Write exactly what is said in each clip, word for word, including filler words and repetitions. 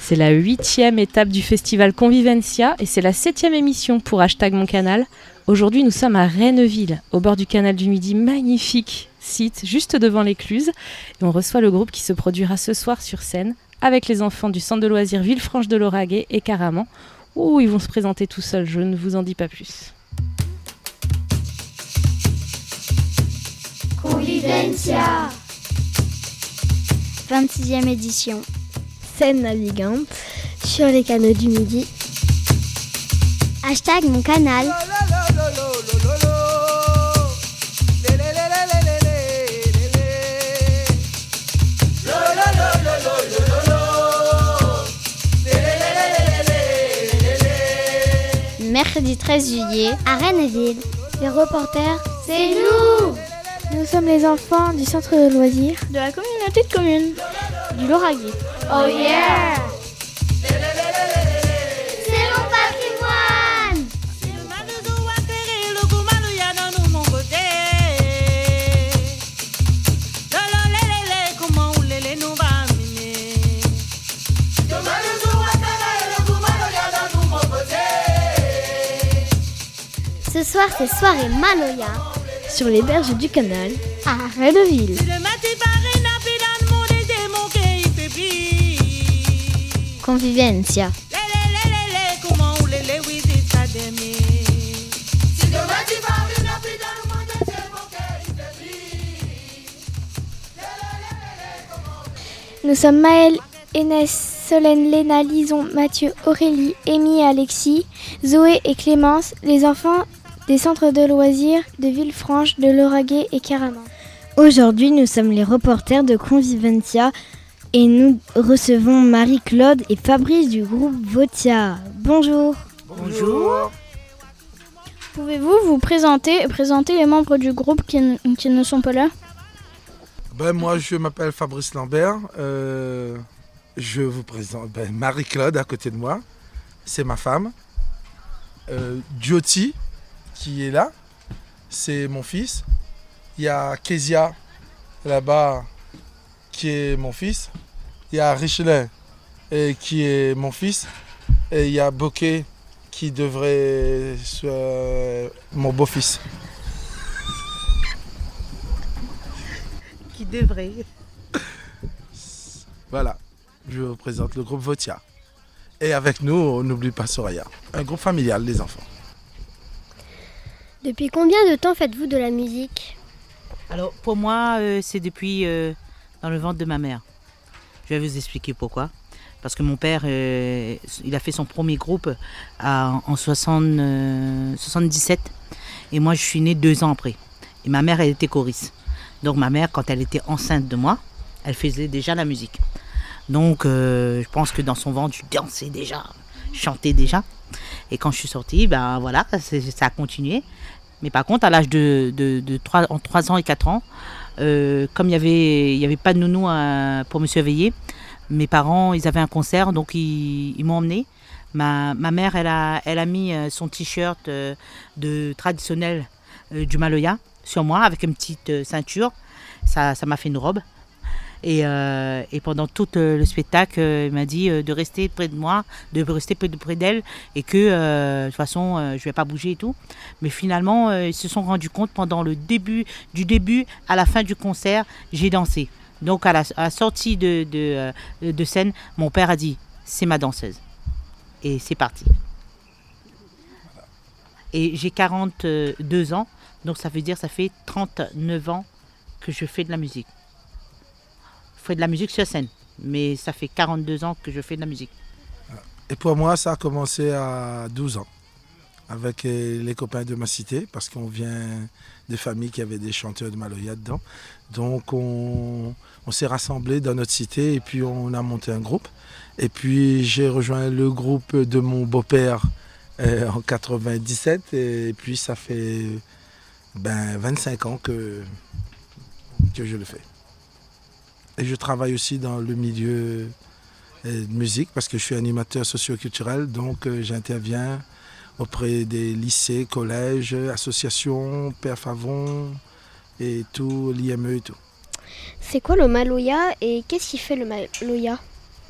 C'est la huitième étape du festival Convivencia et c'est la septième émission pour Hashtag Mon Canal. Aujourd'hui, nous sommes à Renneville, au bord du canal du Midi, magnifique site juste devant l'écluse. Et on reçoit le groupe qui se produira ce soir sur scène avec les enfants du centre de loisirs Villefranche de Lauragais et Caraman. Ouh, ils vont se présenter tout seuls, je ne vous en dis pas plus. Convivencia vingt-sixième édition. Scène navigante sur les canaux du Midi. Hashtag Mon Canal. Mercredi treize juillet à Renneville. Les reporters, c'est nous. Nous sommes les enfants du centre de loisirs de la communauté de communes du Lauragais. Oh yeah! C'est mon patrimoine! Ce soir, c'est soirée Maloya sur les berges du canal à Renneville. Convivencia. Nous sommes Maëlle, Énès, Solène, Léna, Lison, Mathieu, Aurélie, Amy et Alexis, Zoé et Clémence, les enfants des centres de loisirs de Villefranche, de Lauragais et Caraman. Aujourd'hui, nous sommes les reporters de Convivencia et nous recevons Marie-Claude et Fabrice du groupe Votia. Bonjour. Bonjour. Pouvez-vous vous présenter et présenter les membres du groupe qui, n- qui ne sont pas là ? Ben, moi, je m'appelle Fabrice Lambert. Euh, je vous présente ben, Marie-Claude à côté de moi. C'est ma femme. Euh, Dioti, qui est là, c'est mon fils. Il y a Kezia, là-bas, qui est mon fils. Il y a Richelin, euh, qui est mon fils. Et il y a Bokeh, qui devrait être euh, mon beau-fils. Qui devrait. Voilà, je vous présente le groupe Votia. Et avec nous, on n'oublie pas Soraya. Un groupe familial, les enfants. Depuis combien de temps faites-vous de la musique ? Alors pour moi, euh, c'est depuis euh, dans le ventre de ma mère. Je vais vous expliquer pourquoi. Parce que mon père, euh, il a fait son premier groupe à, en soixante, euh, soixante-dix-sept. Et moi, je suis née deux ans après. Et ma mère, elle était choriste. Donc ma mère, quand elle était enceinte de moi, elle faisait déjà la musique. Donc euh, je pense que dans son ventre, je dansais déjà, je chantais déjà. Et quand je suis sortie, ben voilà, c'est, ça a continué. Mais par contre, à l'âge de, de, de trois, en trois ans et quatre ans, euh, comme il n'y avait, il y avait pas de nounou euh, pour me surveiller, mes parents, ils avaient un concert, donc ils, ils m'ont emmenée. Ma, ma mère, elle a, elle a mis son t-shirt euh, de traditionnel euh, du Maloya sur moi, avec une petite euh, ceinture. Ça, ça m'a fait une robe. Et, euh, et pendant tout euh, le spectacle, euh, il m'a dit euh, de rester près de moi, de rester près, de, près d'elle, et que euh, de toute façon, euh, je ne vais pas bouger et tout. Mais finalement, euh, ils se sont rendus compte pendant le début, du début à la fin du concert, j'ai dansé. Donc à la, à la sortie de, de, euh, de scène, mon père a dit, c'est ma danseuse. Et c'est parti. Et j'ai quarante-deux ans, donc ça veut dire ça fait trente-neuf ans que je fais de la musique. Je fais de la musique sur scène, mais ça fait quarante-deux ans que je fais de la musique. Et pour moi, ça a commencé à douze ans, avec les copains de ma cité, parce qu'on vient de familles qui avaient des chanteurs de Maloya dedans. Donc on, on s'est rassemblés dans notre cité et puis on a monté un groupe. Et puis j'ai rejoint le groupe de mon beau-père euh, en quatre-vingt-dix-sept et puis ça fait ben, vingt-cinq ans que, que je le fais. Et je travaille aussi dans le milieu de musique parce que je suis animateur socio-culturel, donc euh, j'interviens auprès des lycées, collèges, associations, Père Favon et tout, l'I M E et tout. C'est quoi le Maloya et qu'est-ce qui fait le Maloya ?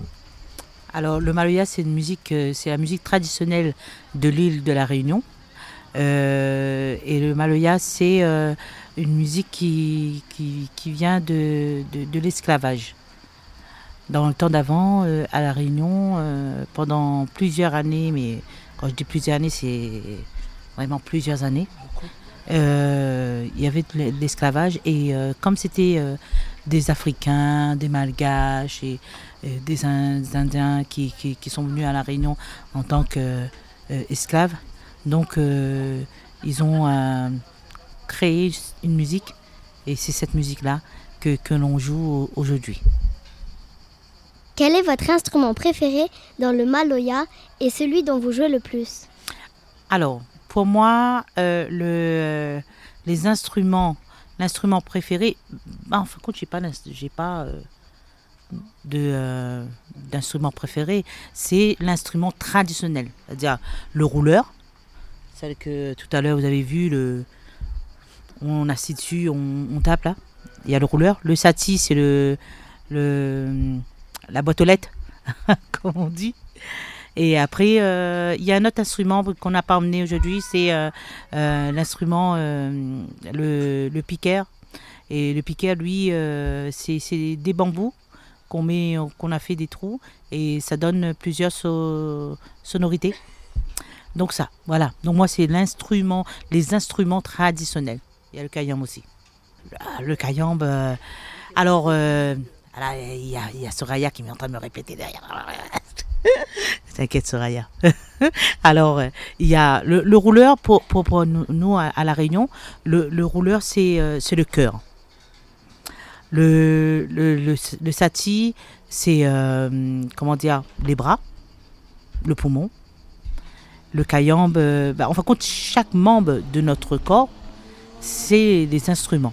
Alors le maloya, c'est une musique, euh, c'est la musique traditionnelle de l'île de la Réunion. Euh, et le maloya, c'est euh, une musique qui, qui, qui vient de, de, de l'esclavage. Dans le temps d'avant, euh, à la Réunion, euh, pendant plusieurs années, mais quand je dis plusieurs années, c'est vraiment plusieurs années, euh, il y avait de l'esclavage. Et euh, comme c'était euh, des Africains, des Malgaches et, et des Indiens qui, qui, qui sont venus à la Réunion en tant qu'esclaves, euh, donc euh, ils ont euh, créé une musique et c'est cette musique-là que, que l'on joue aujourd'hui. Quel est votre instrument préféré dans le maloya et celui dont vous jouez le plus? Alors, pour moi, euh, le, les instruments, l'instrument préféré, bah, en fin de compte, je n'ai pas, j'ai pas euh, de, euh, d'instrument préféré, c'est l'instrument traditionnel, c'est-à-dire le rouleur, celle que tout à l'heure vous avez vu, le, on assis dessus, on, on tape là, il y a le rouleur. Le sati, c'est le, le, la boîte aux lettres, comme on dit. Et après, il euh, y a un autre instrument qu'on n'a pas emmené aujourd'hui, c'est euh, euh, l'instrument, euh, le, le piqueur. Et le piqueur, lui, euh, c'est, c'est des bambous qu'on met, qu'on a fait des trous et ça donne plusieurs so- sonorités. Donc ça, voilà. Donc moi, c'est l'instrument, les instruments traditionnels. Il y a le kayambe aussi. Le kayambe, euh, alors, euh, il y a, y a Soraya qui est en train de me répéter derrière. T'inquiète, Soraya. Alors, il y a le, le rouleur, pour, pour, pour nous, nous à, à La Réunion, le, le rouleur, c'est, euh, c'est le cœur. Le, le, le, le sati, c'est, euh, comment dire, les bras, le poumon. Le kayambe, euh, bah, en fin de compte, chaque membre de notre corps, c'est des instruments.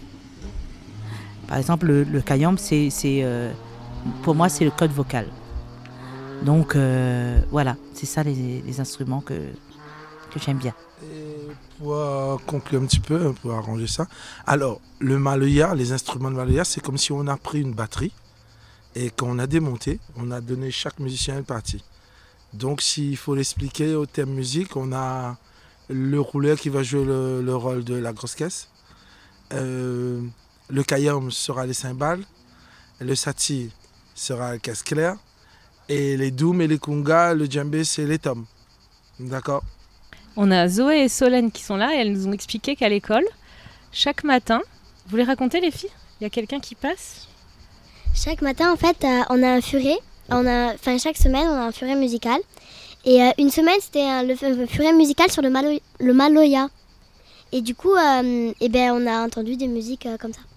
Par exemple, le, le kayambe, c'est, c'est, euh, pour moi, c'est le code vocal. Donc, euh, voilà, c'est ça les, les instruments que, que j'aime bien. Et pour euh, conclure un petit peu, pour arranger ça, alors, le maloya, les instruments de maloya, c'est comme si on a pris une batterie et qu'on a démonté, on a donné chaque musicien une partie. Donc, s'il faut l'expliquer au thème musique, on a le rouleur qui va jouer le, le rôle de la grosse caisse. Euh, le kayambe sera les cymbales. Le sati sera la caisse claire. Et les doum et les kungas, le djembé, c'est les toms. D'accord? On a Zoé et Solène qui sont là et elles nous ont expliqué qu'à l'école, chaque matin, vous voulez raconter les filles? Il y a quelqu'un qui passe? Chaque matin, en fait, euh, on a un furet. On a, enfin, chaque semaine, on a un furet musical. Et euh, une semaine, c'était euh, le, le furet musical sur le, malo, le maloya. Et du coup, euh, eh ben, on a entendu des musiques euh, comme ça.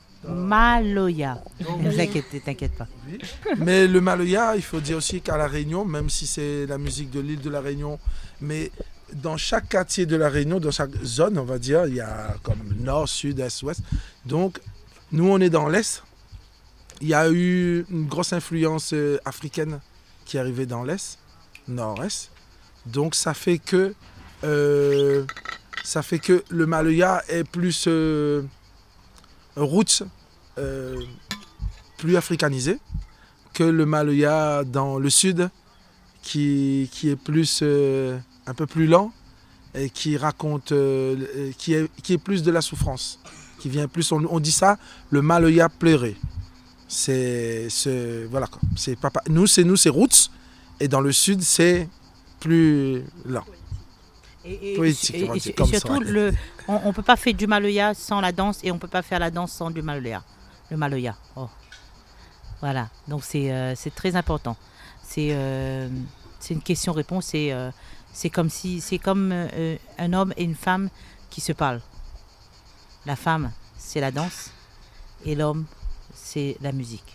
Maloya. Ne t'inquiète, t'inquiète pas. Oui. Mais le maloya, il faut dire aussi qu'à La Réunion, même si c'est la musique de l'île de La Réunion, mais dans chaque quartier de La Réunion, dans chaque zone, on va dire, il y a comme nord, sud, est, ouest. Donc, nous, on est dans l'est. Il y a eu une grosse influence euh, africaine qui est arrivée dans l'est, nord-est. Donc ça fait que euh, ça fait que le maloya est plus euh, roots, euh, plus africanisé que le maloya dans le sud, qui, qui est plus euh, un peu plus lent et qui raconte, euh, qui est qui est plus de la souffrance, qui vient plus. On, on dit ça, le maloya pleuré. C'est, c'est voilà quoi. C'est papa. Nous c'est nous c'est roots et dans le sud c'est plus lent. Et, et, Poétique, et, et, et surtout le, on, on peut pas faire du maloya sans la danse et on peut pas faire la danse sans du maloya. Le maloya. Oh. Voilà. Donc c'est euh, c'est très important. C'est euh, c'est une question-réponse. C'est euh, c'est comme si c'est comme euh, un homme et une femme qui se parlent. La femme c'est la danse et l'homme c'est la musique.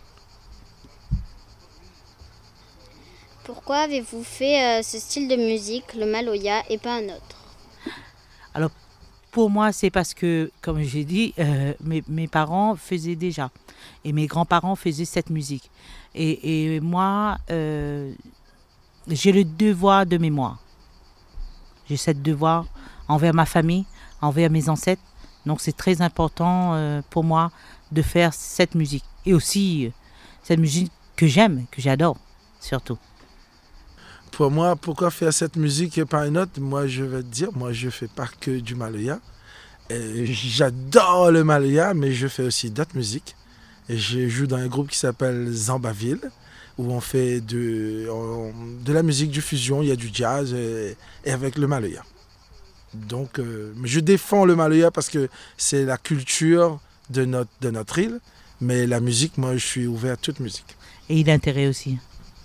Pourquoi avez-vous fait euh, ce style de musique, le maloya, et pas un autre? Alors, pour moi, c'est parce que, comme j'ai dit, euh, mes, mes parents faisaient déjà. Et mes grands-parents faisaient cette musique. Et, et moi, euh, j'ai le devoir de mémoire. J'ai ce devoir envers ma famille, envers mes ancêtres. Donc, c'est très important euh, pour moi de faire cette musique. Et aussi, euh, cette musique que j'aime, que j'adore, surtout. pour moi, pourquoi faire cette musique et pas une autre? Moi, je vais te dire, moi, je ne fais pas que du maloya. Et j'adore le maloya, mais je fais aussi d'autres musiques. Et je joue dans un groupe qui s'appelle Zambaville, où on fait de, on, de la musique, du fusion, il y a du jazz et, et avec le maloya. Donc, euh, je défends le maloya parce que c'est la culture de notre, de notre île, mais la musique, moi, je suis ouvert à toute musique. Et il a intérêt aussi.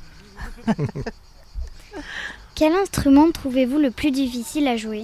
Quel instrument trouvez-vous le plus difficile à jouer?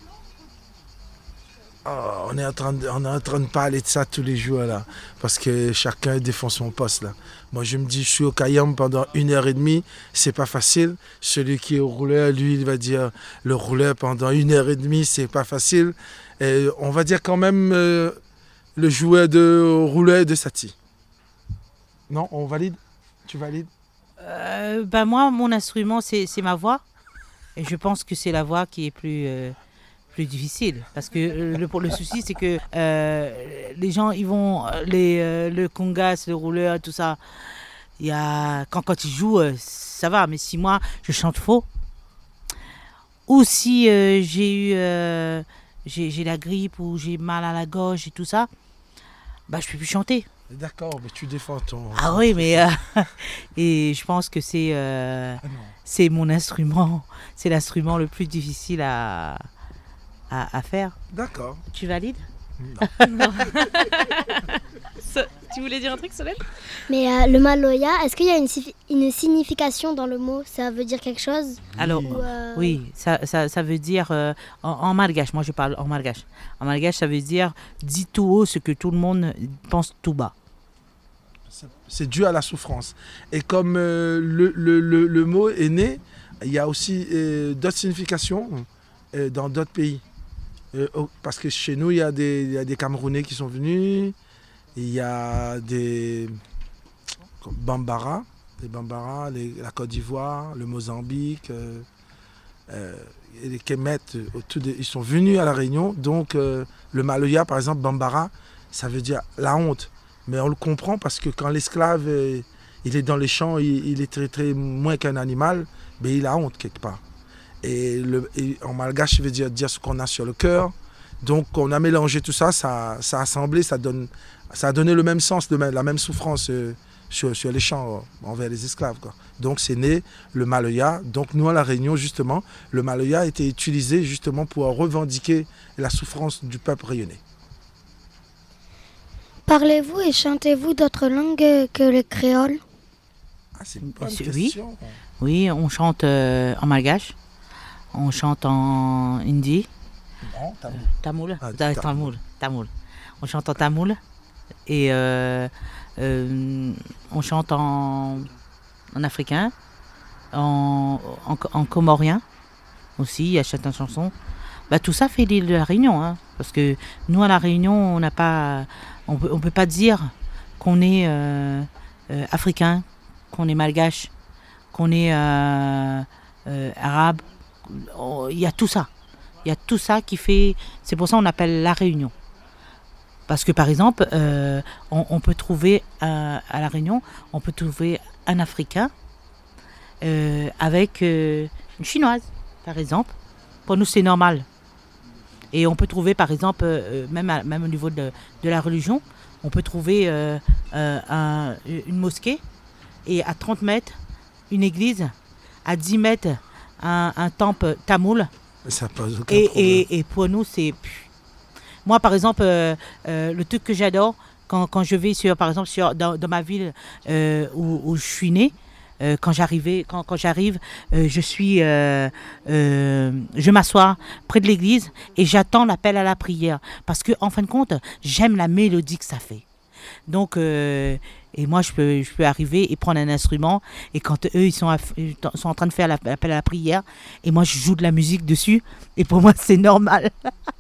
Oh, on est en train de, on est en train de parler de ça tous les jours là, parce que chacun défend son poste là. Moi je me dis je suis au Kayam pendant une heure et demie, c'est pas facile. Celui qui est au rouleur, lui il va dire le rouleur pendant une heure et demie, c'est pas facile. Et on va dire quand même euh, le joueur de rouleur de Sati. Non, on valide? Tu valides? euh, bah Moi, mon instrument, c'est, c'est ma voix. Et je pense que c'est la voix qui est plus... Euh... plus difficile parce que le, le souci c'est que euh, les gens ils vont les euh, le congas, le rouleur, tout ça, il y a quand quand ils jouent euh, ça va, mais si moi je chante faux ou si euh, j'ai eu euh, j'ai, j'ai la grippe ou j'ai mal à la gorge et tout ça, bah je peux plus chanter. D'accord, mais tu défends ton... Ah oui, mais euh, et je pense que c'est euh, ah c'est mon instrument, c'est l'instrument le plus difficile à À, à faire. D'accord. Tu valides? Non. Non. Tu voulais dire un truc, Solène? Mais euh, le maloya, est-ce qu'il y a une, une signification dans le mot? Ça veut dire quelque chose? Alors, Ou, euh... oui, ça, ça, ça veut dire, euh, en, en malgache, moi je parle en malgache. En malgache, ça veut dire « dis tout haut ce que tout le monde pense tout bas ». C'est dû à la souffrance. Et comme euh, le, le, le, le mot est né, il y a aussi euh, d'autres significations euh, dans d'autres pays. Euh, parce que chez nous, il y a des, il y a des Camerounais qui sont venus, il y a des Bambara, les Bambara, les, la Côte d'Ivoire, le Mozambique, euh, euh, et les Kemet, ils sont venus à La Réunion. Donc euh, le maloya, par exemple, Bambara, ça veut dire la honte. Mais on le comprend parce que quand l'esclave, euh, il est dans les champs, il, il est traité moins qu'un animal, mais il a honte quelque part. Et, le, et en malgache, ça veut dire dire ce qu'on a sur le cœur. Donc on a mélangé tout ça, ça, ça a assemblé, ça, donne, ça a donné le même sens, le même, la même souffrance euh, sur, sur les champs euh, envers les esclaves, quoi. Donc c'est né le maloya. Donc nous à La Réunion, justement, le maloya a été utilisé justement pour revendiquer la souffrance du peuple réunionnais. Parlez-vous et chantez-vous d'autres langues que le créole? Ah, c'est une bonne oui. question. Oui, on chante euh, en malgache, on chante en hindi. Non, tamoul. Tamoul. Ah, tamoul. tamoul. Tamoul. On chante en tamoul et euh, euh, on chante en, en africain, en, en, en comorien aussi, il y a certaines chansons. Bah, tout ça fait l'île de La Réunion, hein, parce que nous à La Réunion, on n'a pas, on peut, on peut pas dire qu'on est euh, euh, africain, qu'on est malgache, qu'on est euh, euh, arabe. Il y a tout ça. Il y a tout ça qui fait... C'est pour ça qu'on appelle La Réunion. Parce que par exemple, euh, on, on peut trouver euh, à La Réunion, on peut trouver un Africain euh, avec euh, une Chinoise, par exemple. Pour nous, c'est normal. Et on peut trouver, par exemple, euh, même, à, même au niveau de, de la religion, on peut trouver euh, euh, un, une mosquée et à trente mètres, une église, à dix mètres, un, un temple tamoul. Ça pose aucun et, problème. Et, et pour nous, c'est... Moi, par exemple, euh, euh, le truc que j'adore, quand, quand je vais, sur, par exemple, sur, dans, dans ma ville euh, où, où je suis née, euh, quand, quand, quand j'arrive, euh, je suis, euh, euh, je m'assois près de l'église et j'attends l'appel à la prière. Parce qu'en fin de compte, j'aime la mélodie que ça fait. Donc, euh, et moi, je peux, je peux arriver et prendre un instrument. Et quand eux, ils sont, à, ils sont en train de faire l'appel à la prière, et moi, je joue de la musique dessus. Et pour moi, c'est normal.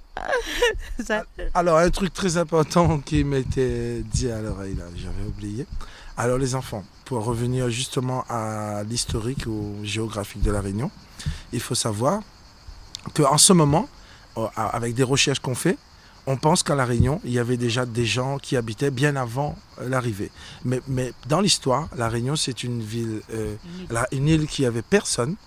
Ça... Alors, un truc très important qui m'était dit à l'oreille, là, j'avais oublié. Alors, les enfants, pour revenir justement à l'historique ou géographique de La Réunion, il faut savoir qu'en ce moment, avec des recherches qu'on fait, on pense qu'à La Réunion, il y avait déjà des gens qui habitaient bien avant l'arrivée. Mais, mais dans l'histoire, La Réunion, c'est une ville, euh, une île qui n'avait personne.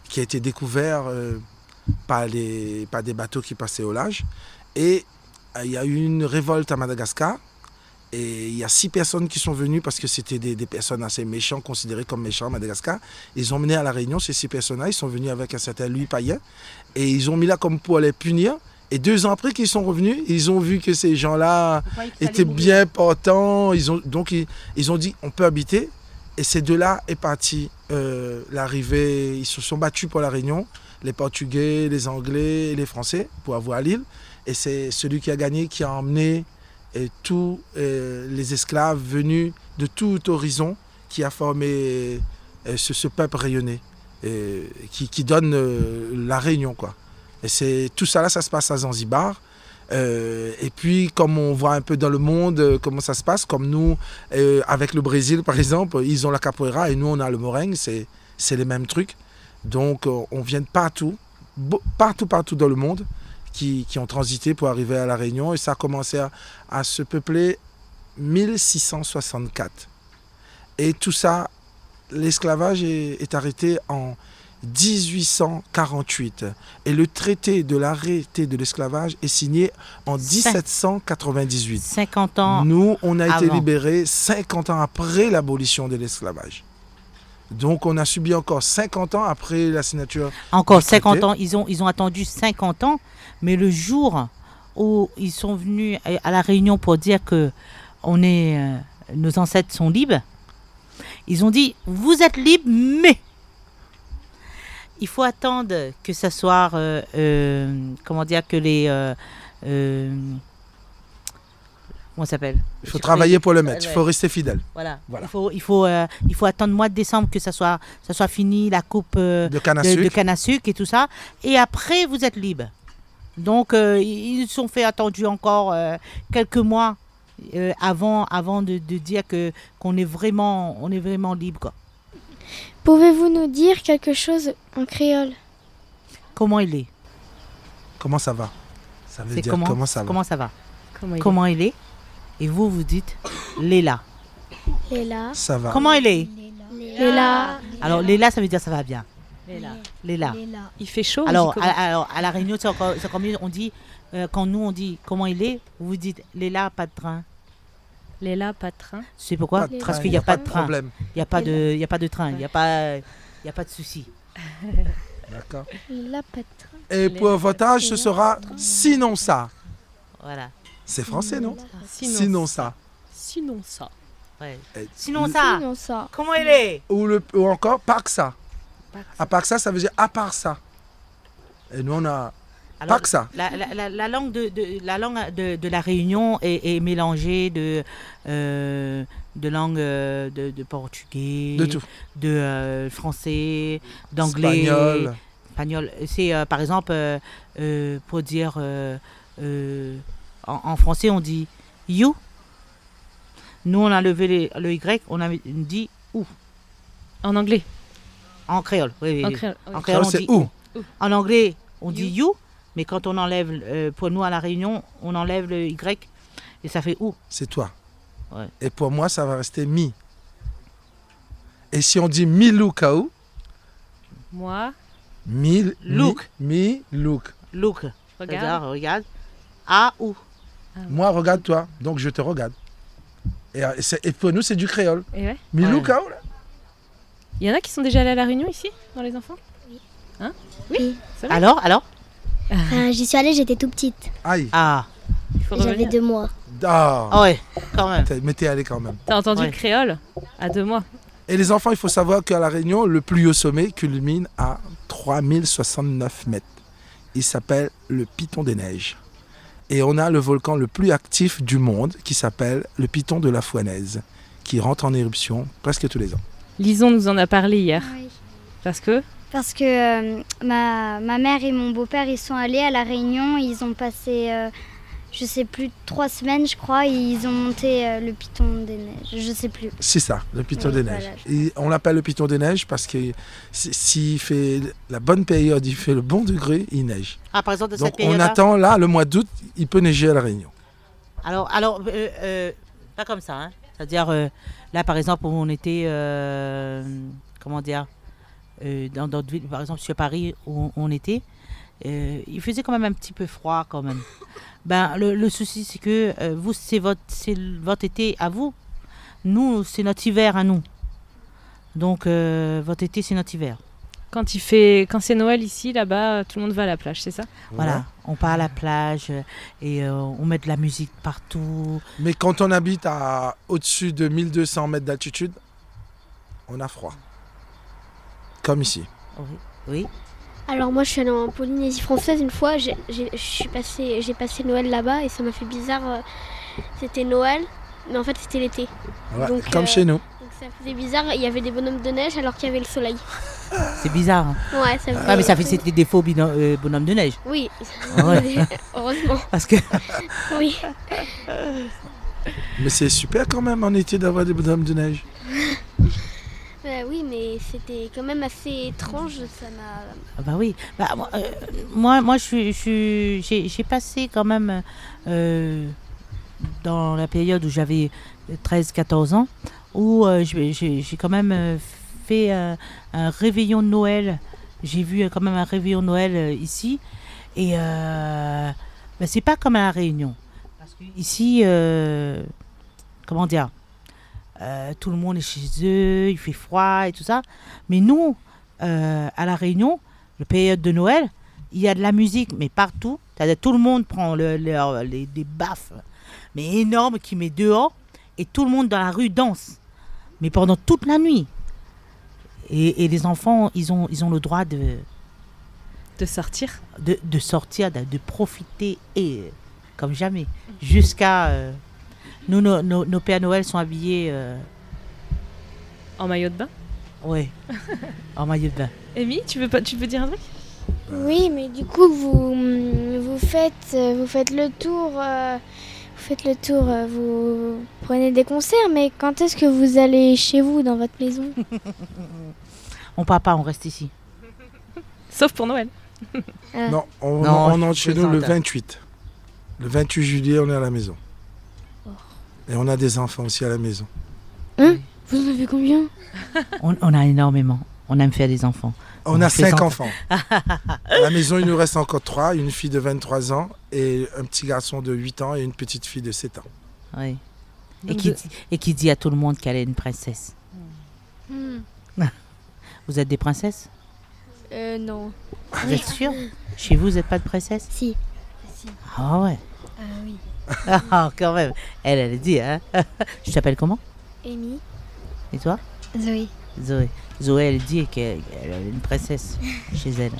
qui a été découvert euh, par, les, par des bateaux qui passaient au large. Et euh, il y a eu une révolte à Madagascar. Et il y a six personnes qui sont venues parce que c'était des, des personnes assez méchantes, considérées comme méchants à Madagascar. Ils ont mené à La Réunion ces six personnes-là. Ils sont venus avec un certain Louis Payen. Et ils ont mis là comme pour les punir. Et deux ans après qu'ils sont revenus, ils ont vu que ces gens-là étaient bien portants. Ils ont, donc ils, ils ont dit on peut habiter. Et c'est de là est parti euh, l'arrivée. Ils se sont battus pour La Réunion. Les Portugais, les Anglais et les Français pour avoir l'île. Et c'est celui qui a gagné qui a emmené et tous euh, les esclaves venus de tout horizon qui a formé euh, ce, ce peuple rayonné, euh, qui, qui donne euh, la Réunion, quoi. Et c'est, tout ça là, ça se passe à Zanzibar. Euh, et puis, comme on voit un peu dans le monde euh, comment ça se passe, comme nous, euh, avec le Brésil par exemple, ils ont la capoeira et nous on a le merengue, c'est, c'est les mêmes trucs. Donc euh, on vient de partout, partout, partout dans le monde. Qui, qui ont transité pour arriver à La Réunion et ça a commencé à, à se peupler mille six cent soixante-quatre. Et tout ça, l'esclavage est, est arrêté en dix-huit cent quarante-huit et le traité de l'arrêté de l'esclavage est signé en dix-sept cent quatre-vingt-dix-huit. cinquante ans. Nous, on a avant. été libérés cinquante ans après l'abolition de l'esclavage. Donc on a subi encore cinquante ans après la signature. Encore cinquante ans, ils ont, ils ont attendu cinquante ans, mais le jour où ils sont venus à La Réunion pour dire que on est, euh, nos ancêtres sont libres, ils ont dit vous êtes libres, mais il faut attendre que ça soit, euh, euh, comment dire, que les... Euh, euh, comment ça s'appelle ? Il faut travailler pour le mettre, il faut rester fidèle. Voilà. Voilà. Il faut, il faut, euh, il faut attendre le mois de décembre que ça soit, ça soit fini, la coupe euh, De canne à de, sucre. de canne à sucre et tout ça. Et après, vous êtes libre. Donc, euh, ils se sont fait attendu encore euh, quelques mois euh, avant, avant de, de dire que, qu'on est vraiment, on est vraiment libre, quoi. Pouvez-vous nous dire quelque chose en créole? Comment il est? Comment ça va? Ça veut C'est dire comment, comment ça va? comment ça va? Comment il est Comment il est? Et vous, vous dites Léla. Léla. Ça va. Comment il est? Léla. Alors, Léla, ça veut dire ça va bien. Léla. Léla. Il fait chaud Alors, il dit comment à, alors, à La Réunion, c'est encore, c'est encore mieux. On dit, euh, quand nous, on dit comment il est, vous dites Léla, pas de train. Léla, pas de train. C'est pourquoi? Pas de Parce train, qu'il n'y a pas de train. problème. Il n'y a pas de, il y a pas de train. Il n'y a pas, il y a pas de souci. D'accord. Léla, pas de train. Et pour votre âge, ce sera sinon ça. Voilà. C'est français, non? Sinon, Sinon ça. Sinon ça. Ouais. Et- Sinon ça. Sinon ça. Comment il est? Ou, le, ou encore Paksa. Paksa. À Paksa, ça veut dire à part ça. Et nous, on a Alors, Paksa. La, la, la, la langue de, de la langue de, de la Réunion est, est mélangée de euh, de langue euh, de, de portugais, De tout. de euh, français, d'anglais, Espagnol. espagnol. C'est euh, par exemple euh, euh, pour dire euh, euh, en, en français on dit you. Nous on a levé les- le y, on a dit ou En anglais. en créole. Oui, oui, En oui. créole. oui. En créole, on c'est dit où? En anglais, on dit You. you, mais quand on enlève, euh, pour nous à La Réunion, on enlève le y et ça fait ou. C'est toi. Ouais. Et pour moi, ça va rester mi. Et si on dit mi lukau, Moi, mi Look. Mi, mi look. Look. regarde. C'est-à-dire, regarde. A ou. Moi, regarde toi. Donc je te regarde. Et, euh, c'est- et pour nous, c'est du créole. Et ouais. Mi Ouais. lukau, là. Il y en a qui sont déjà allés à La Réunion ici, dans les enfants? Oui. Hein? Oui. C'est vrai? Alors, alors Enfin, j'y suis allée, j'étais tout petite. Aïe. Ah. Il faut J'avais revenir. deux mois. Ah. Ah ouais, quand même. T'es- Mais t'es allé quand même. T'as entendu Ouais. le créole? À deux mois. Et les enfants, il faut savoir qu'à La Réunion, le plus haut sommet culmine à trois mille soixante-neuf mètres. Il s'appelle le Piton des Neiges. Et on a le volcan le plus actif du monde qui s'appelle le Piton de la Fouanaise, qui rentre en éruption presque tous les ans. Lison nous en a parlé hier. Oui. Parce que Parce que euh, ma, ma mère et mon beau-père, ils sont allés à La Réunion. Ils ont passé, euh, je sais plus, trois semaines, je crois. Et ils ont monté euh, le Piton des Neiges. Je sais plus. C'est ça, le Piton Oui, des voilà, Neiges. je Et on l'appelle le Piton des Neiges parce que si- s'il fait la bonne période, il fait le bon degré, il neige. Ah, par exemple, de Donc cette on période-là. attend là, le mois d'août, il peut neiger à La Réunion. Alors, alors euh, euh, pas comme ça. Hein. C'est-à-dire, euh, là, par exemple, où on était, euh, comment dire, euh, dans d'autres villes, par exemple sur Paris où on était, euh, il faisait quand même un petit peu froid quand même. Ben, le, le souci c'est que euh, vous, c'est votre, c'est votre été à vous. Nous, c'est notre hiver à nous. Donc, euh, votre été, c'est notre hiver. Quand, il fait, quand c'est Noël ici, là-bas, tout le monde va à la plage, c'est ça? Voilà, on part à la plage et euh, on met de la musique partout. Mais quand on habite à au-dessus de mille deux cents mètres d'altitude, on a froid. Comme ici. Oui. oui. Alors moi je suis allée en Polynésie française une fois, j'ai, j'ai, je suis passé, j'ai passé Noël là-bas et ça m'a fait bizarre. euh, C'était Noël, mais en fait c'était l'été. Ouais, Donc, comme euh, chez nous. Donc ça faisait bizarre, il y avait des bonhommes de neige alors qu'il y avait le soleil. C'est bizarre. Hein. Ouais, ça faisait... Ah, mais ça fait c'était des faux bino- euh, bonhommes de neige. Oui, Ouais. heureusement. Parce que Oui. Mais c'est super quand même en été d'avoir des bonhommes de neige. Euh, oui, mais c'était quand même assez étrange, ça m'a... Ah bah oui. Bah, moi, euh, moi, moi, je suis, je suis- j'ai, j'ai passé quand même euh, dans la période où j'avais treize quatorze ans, où euh, j'ai, j'ai- j'ai quand même euh, fait euh, un réveillon de Noël. J'ai vu euh, quand même un réveillon de Noël euh, ici. Et euh, bah, c'est pas comme à La Réunion. Parce que ici, euh, comment dire, euh, tout le monde est chez eux, il fait froid et tout ça. Mais nous, euh, à La Réunion, la période de Noël, il y a de la musique, mais partout. C'est-à-dire, tout le monde prend le, le- les, des baffes, mais énormes, qui met dehors, et tout le monde dans la rue danse. Mais pendant toute la nuit. Et, et les enfants, ils ont, ils ont le droit de, De sortir? de, de sortir, de, de profiter, et euh, comme jamais. Jusqu'à... euh, nous, nos, nos, nos Pères Noël sont habillés... euh, En maillot de bain? ouais, en maillot de bain. Amy, tu veux, pas, tu veux dire un truc? Oui, mais du coup, vous, vous, faites, vous faites le tour, euh, vous faites le tour, euh, vous prenez des concerts, mais quand est-ce que vous allez chez vous, dans votre maison? On part pas, on reste ici. Sauf pour Noël. Ah. Non, on, Non, on je entre chez nous le plaisante. vingt-huit. Le vingt-huit juillet, on est à la maison. Et on a des enfants aussi à la maison. Hein? Vous en avez combien? On, on a énormément. On aime faire des enfants. On On a plaisante. cinq enfants. À la maison, il nous reste encore trois. Une fille de vingt-trois ans et un petit garçon de huit ans et une petite fille de sept ans. Oui. Et Donc qui, de- dit, et qui dit à tout le monde qu'elle est une princesse. Hmm. Vous êtes des princesses? Euh, non. Vous êtes sûrs? Chez vous, vous n'êtes pas de princesse? Si. Ah ouais. Ah oui. Ah, quand même. Elle, elle dit, hein. Je t'appelle comment? Amy? Et toi? Zoé. Zoé. Zoé, elle dit qu'elle elle est une princesse chez elle.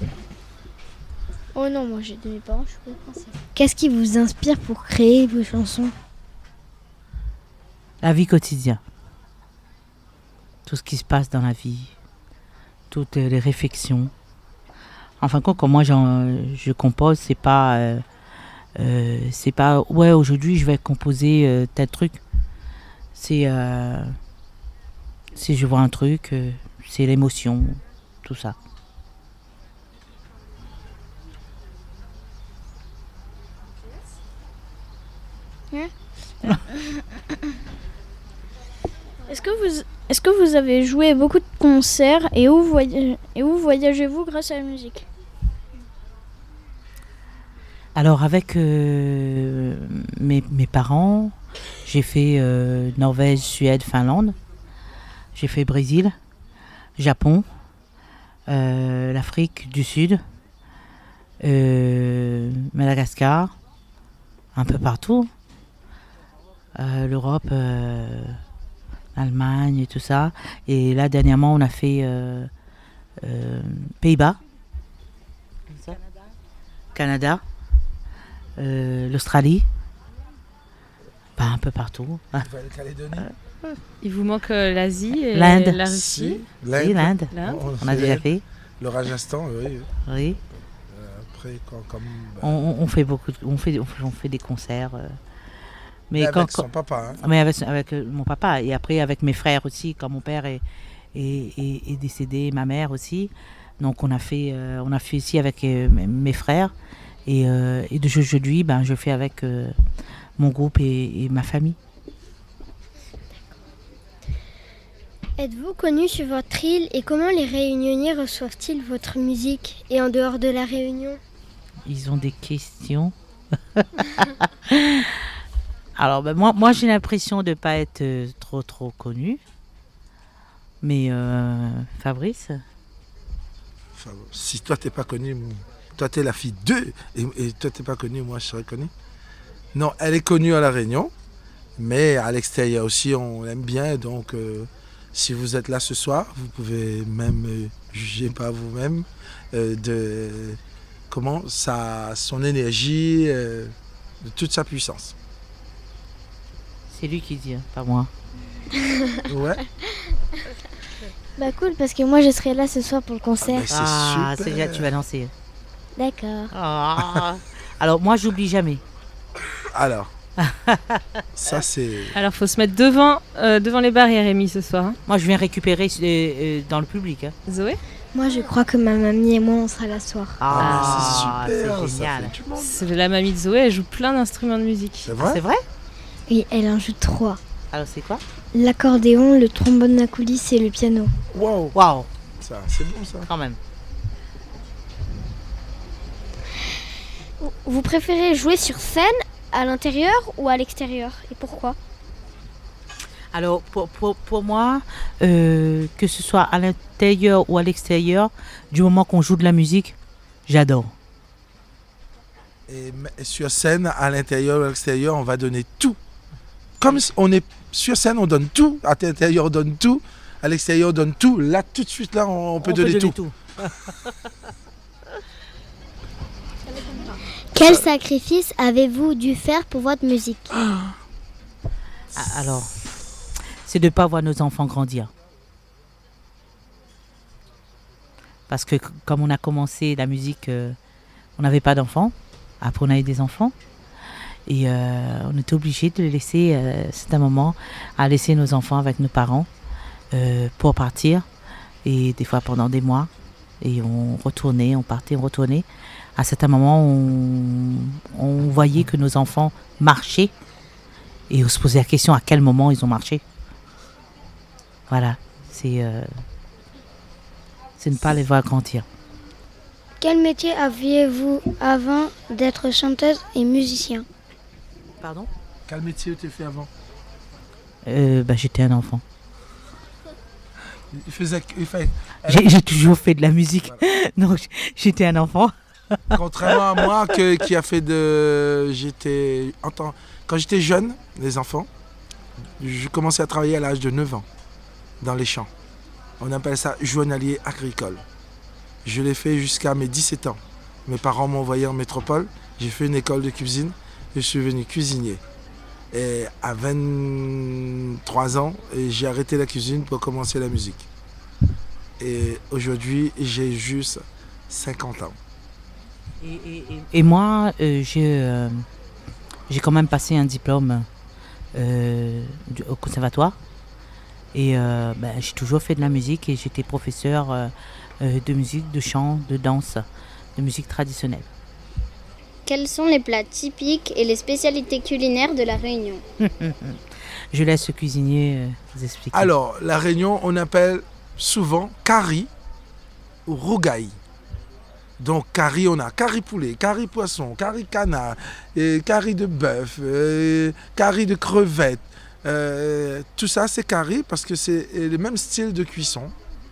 Oh non, moi j'ai de mes parents, je suis pas princesse. Qu'est-ce qui vous inspire pour créer vos chansons? La vie quotidienne. Tout ce qui se passe dans la vie. Toutes les réflexions. En fin de compte, quand moi j'en- je compose, c'est pas... euh, euh, c'est pas... Ouais, aujourd'hui, je vais composer euh, tel truc. C'est... euh, si je vois un truc, euh, c'est l'émotion, tout ça. Est-ce que vous est-ce que vous avez joué beaucoup de concerts et où voyagez et où voyagez-vous grâce à la musique? Alors avec euh, mes, mes parents, j'ai fait euh, Norvège, Suède, Finlande. J'ai fait Brésil, Japon, euh, l'Afrique du Sud, euh, Madagascar, un peu partout. Euh, L'Europe, euh, l'Allemagne et tout ça. Et là, dernièrement, on a fait euh, euh, Pays-Bas, Canada, euh, l'Australie, bah, un peu partout. Nouvelle-Calédonie. Il vous manque euh, l'Asie et L'Inde. la Russie. Oui, l'Inde. l'Inde, L'Inde. on a déjà fait. Le Rajasthan, oui. Oui. Euh, après, quand, comme, bah, On, on- on fait beaucoup, de- on fait, on fait, on fait des concerts. euh. Mais avec quand, son quand- papa. Hein. mais avec, avec, euh, mon papa et après avec mes frères aussi, quand mon père est, est, est- est décédé, ma mère aussi. Donc on a fait, euh, on a fait ici avec euh, mes- mes frères et, euh, et de aujourd'hui, ben je fais avec euh, mon groupe et, et ma famille. Êtes-vous connu sur votre île et comment les Réunionnais reçoivent-ils votre musique et en dehors de la Réunion? Ils ont des questions. Alors, ben, moi, moi j'ai l'impression de ne pas être euh, trop, trop connue. Mais euh, Fabrice? Enfin, si toi, tu n'es pas connue, toi, tu es la fille d'eux, et, et toi, tu n'es pas connue, moi, je serais connue. Non, elle est connue à La Réunion, mais à l'extérieur aussi, on l'aime bien. Donc, euh, si vous êtes là ce soir, vous pouvez même euh, juger par vous-même euh, de comment ça, son énergie, euh, de toute sa puissance. C'est lui qui dit, hein, pas moi. Ouais. Bah cool, parce que moi je serai là ce soir pour le concert. Ah, c'est Ah, super. c'est bien, tu vas danser. D'accord. Ah. Alors, moi, j'oublie jamais. Alors, ça c'est... Alors, faut se mettre devant, euh, devant les barrières, Rémi, ce soir. hein. Moi, je viens récupérer euh, euh, dans le public. Hein. Zoé? Moi, je crois que ma mamie et moi, on sera là ce soir. Ah, mais c'est super, c'est ça génial. fait du monde. C'est la mamie de Zoé, elle joue plein d'instruments de musique. C'est Ah, vrai? c'est vrai? Et elle en joue trois. Alors, c'est quoi? L'accordéon, le trombone à coulisses et le piano. Wow, Waouh, ça, c'est bon ça. quand même. Vous préférez jouer sur scène, à l'intérieur ou à l'extérieur? Et pourquoi? Alors, pour, pour, pour moi, euh, que ce soit à l'intérieur ou à l'extérieur, du moment qu'on joue de la musique, j'adore. Et m- sur scène, à l'intérieur ou à l'extérieur, on va donner tout. Comme s- on est sur scène, on donne tout. À l'intérieur, on donne tout. À l'extérieur, on donne tout. Là, tout de suite, là, on, on peut donner tout. Quel sacrifice avez-vous dû faire pour votre musique? Ah, Alors, c'est de ne pas voir nos enfants grandir. Parce que c- comme on a commencé la musique, euh, on n'avait pas d'enfants. Après, on a eu des enfants. Et euh, on était obligé de les laisser, euh, c'est un moment, à laisser nos enfants avec nos parents euh, pour partir. Et des fois pendant des mois. Et on retournait, on partait, on retournait. À certains moments, on, on voyait que nos enfants marchaient. Et on se posait la question à quel moment ils ont marché. Voilà, c'est euh, c'est ne pas les voir grandir. Quel métier aviez-vous avant d'être chanteuse et musicien? Pardon? Quel métier tu as fait avant? euh, bah, J'étais un enfant. Il faisait, il fait, J'ai j'ai toujours fait de la musique. Donc j- j'étais un enfant. contrairement à moi que, qui a fait de... J'étais... en temps- Quand j'étais jeune, les enfants, je commençais à travailler à l'âge de neuf ans dans les champs. On appelle ça journalier agricole. Je l'ai fait jusqu'à mes dix-sept ans. Mes parents m'ont envoyé en métropole. J'ai fait une école de cuisine. Je suis devenu cuisinier. Et à vingt-trois ans, j'ai arrêté la cuisine pour commencer la musique. Et aujourd'hui, j'ai juste cinquante ans. Et, et- et- et moi, euh, j'ai euh, j'ai quand même passé un diplôme euh, du- au conservatoire. Et euh, ben, j'ai toujours fait de la musique et j'étais professeur euh, euh, de musique, de chant, de danse, de musique traditionnelle. Quels sont les plats typiques et les spécialités culinaires de la Réunion? Je laisse le cuisinier euh, vous expliquer. Alors, la Réunion, on appelle souvent curry ou rougaille. Donc, curry, on a curry poulet, curry poisson, curry canard, et curry de bœuf, euh, curry de crevettes. Euh, tout ça, c'est curry parce que c'est le même style de cuisson.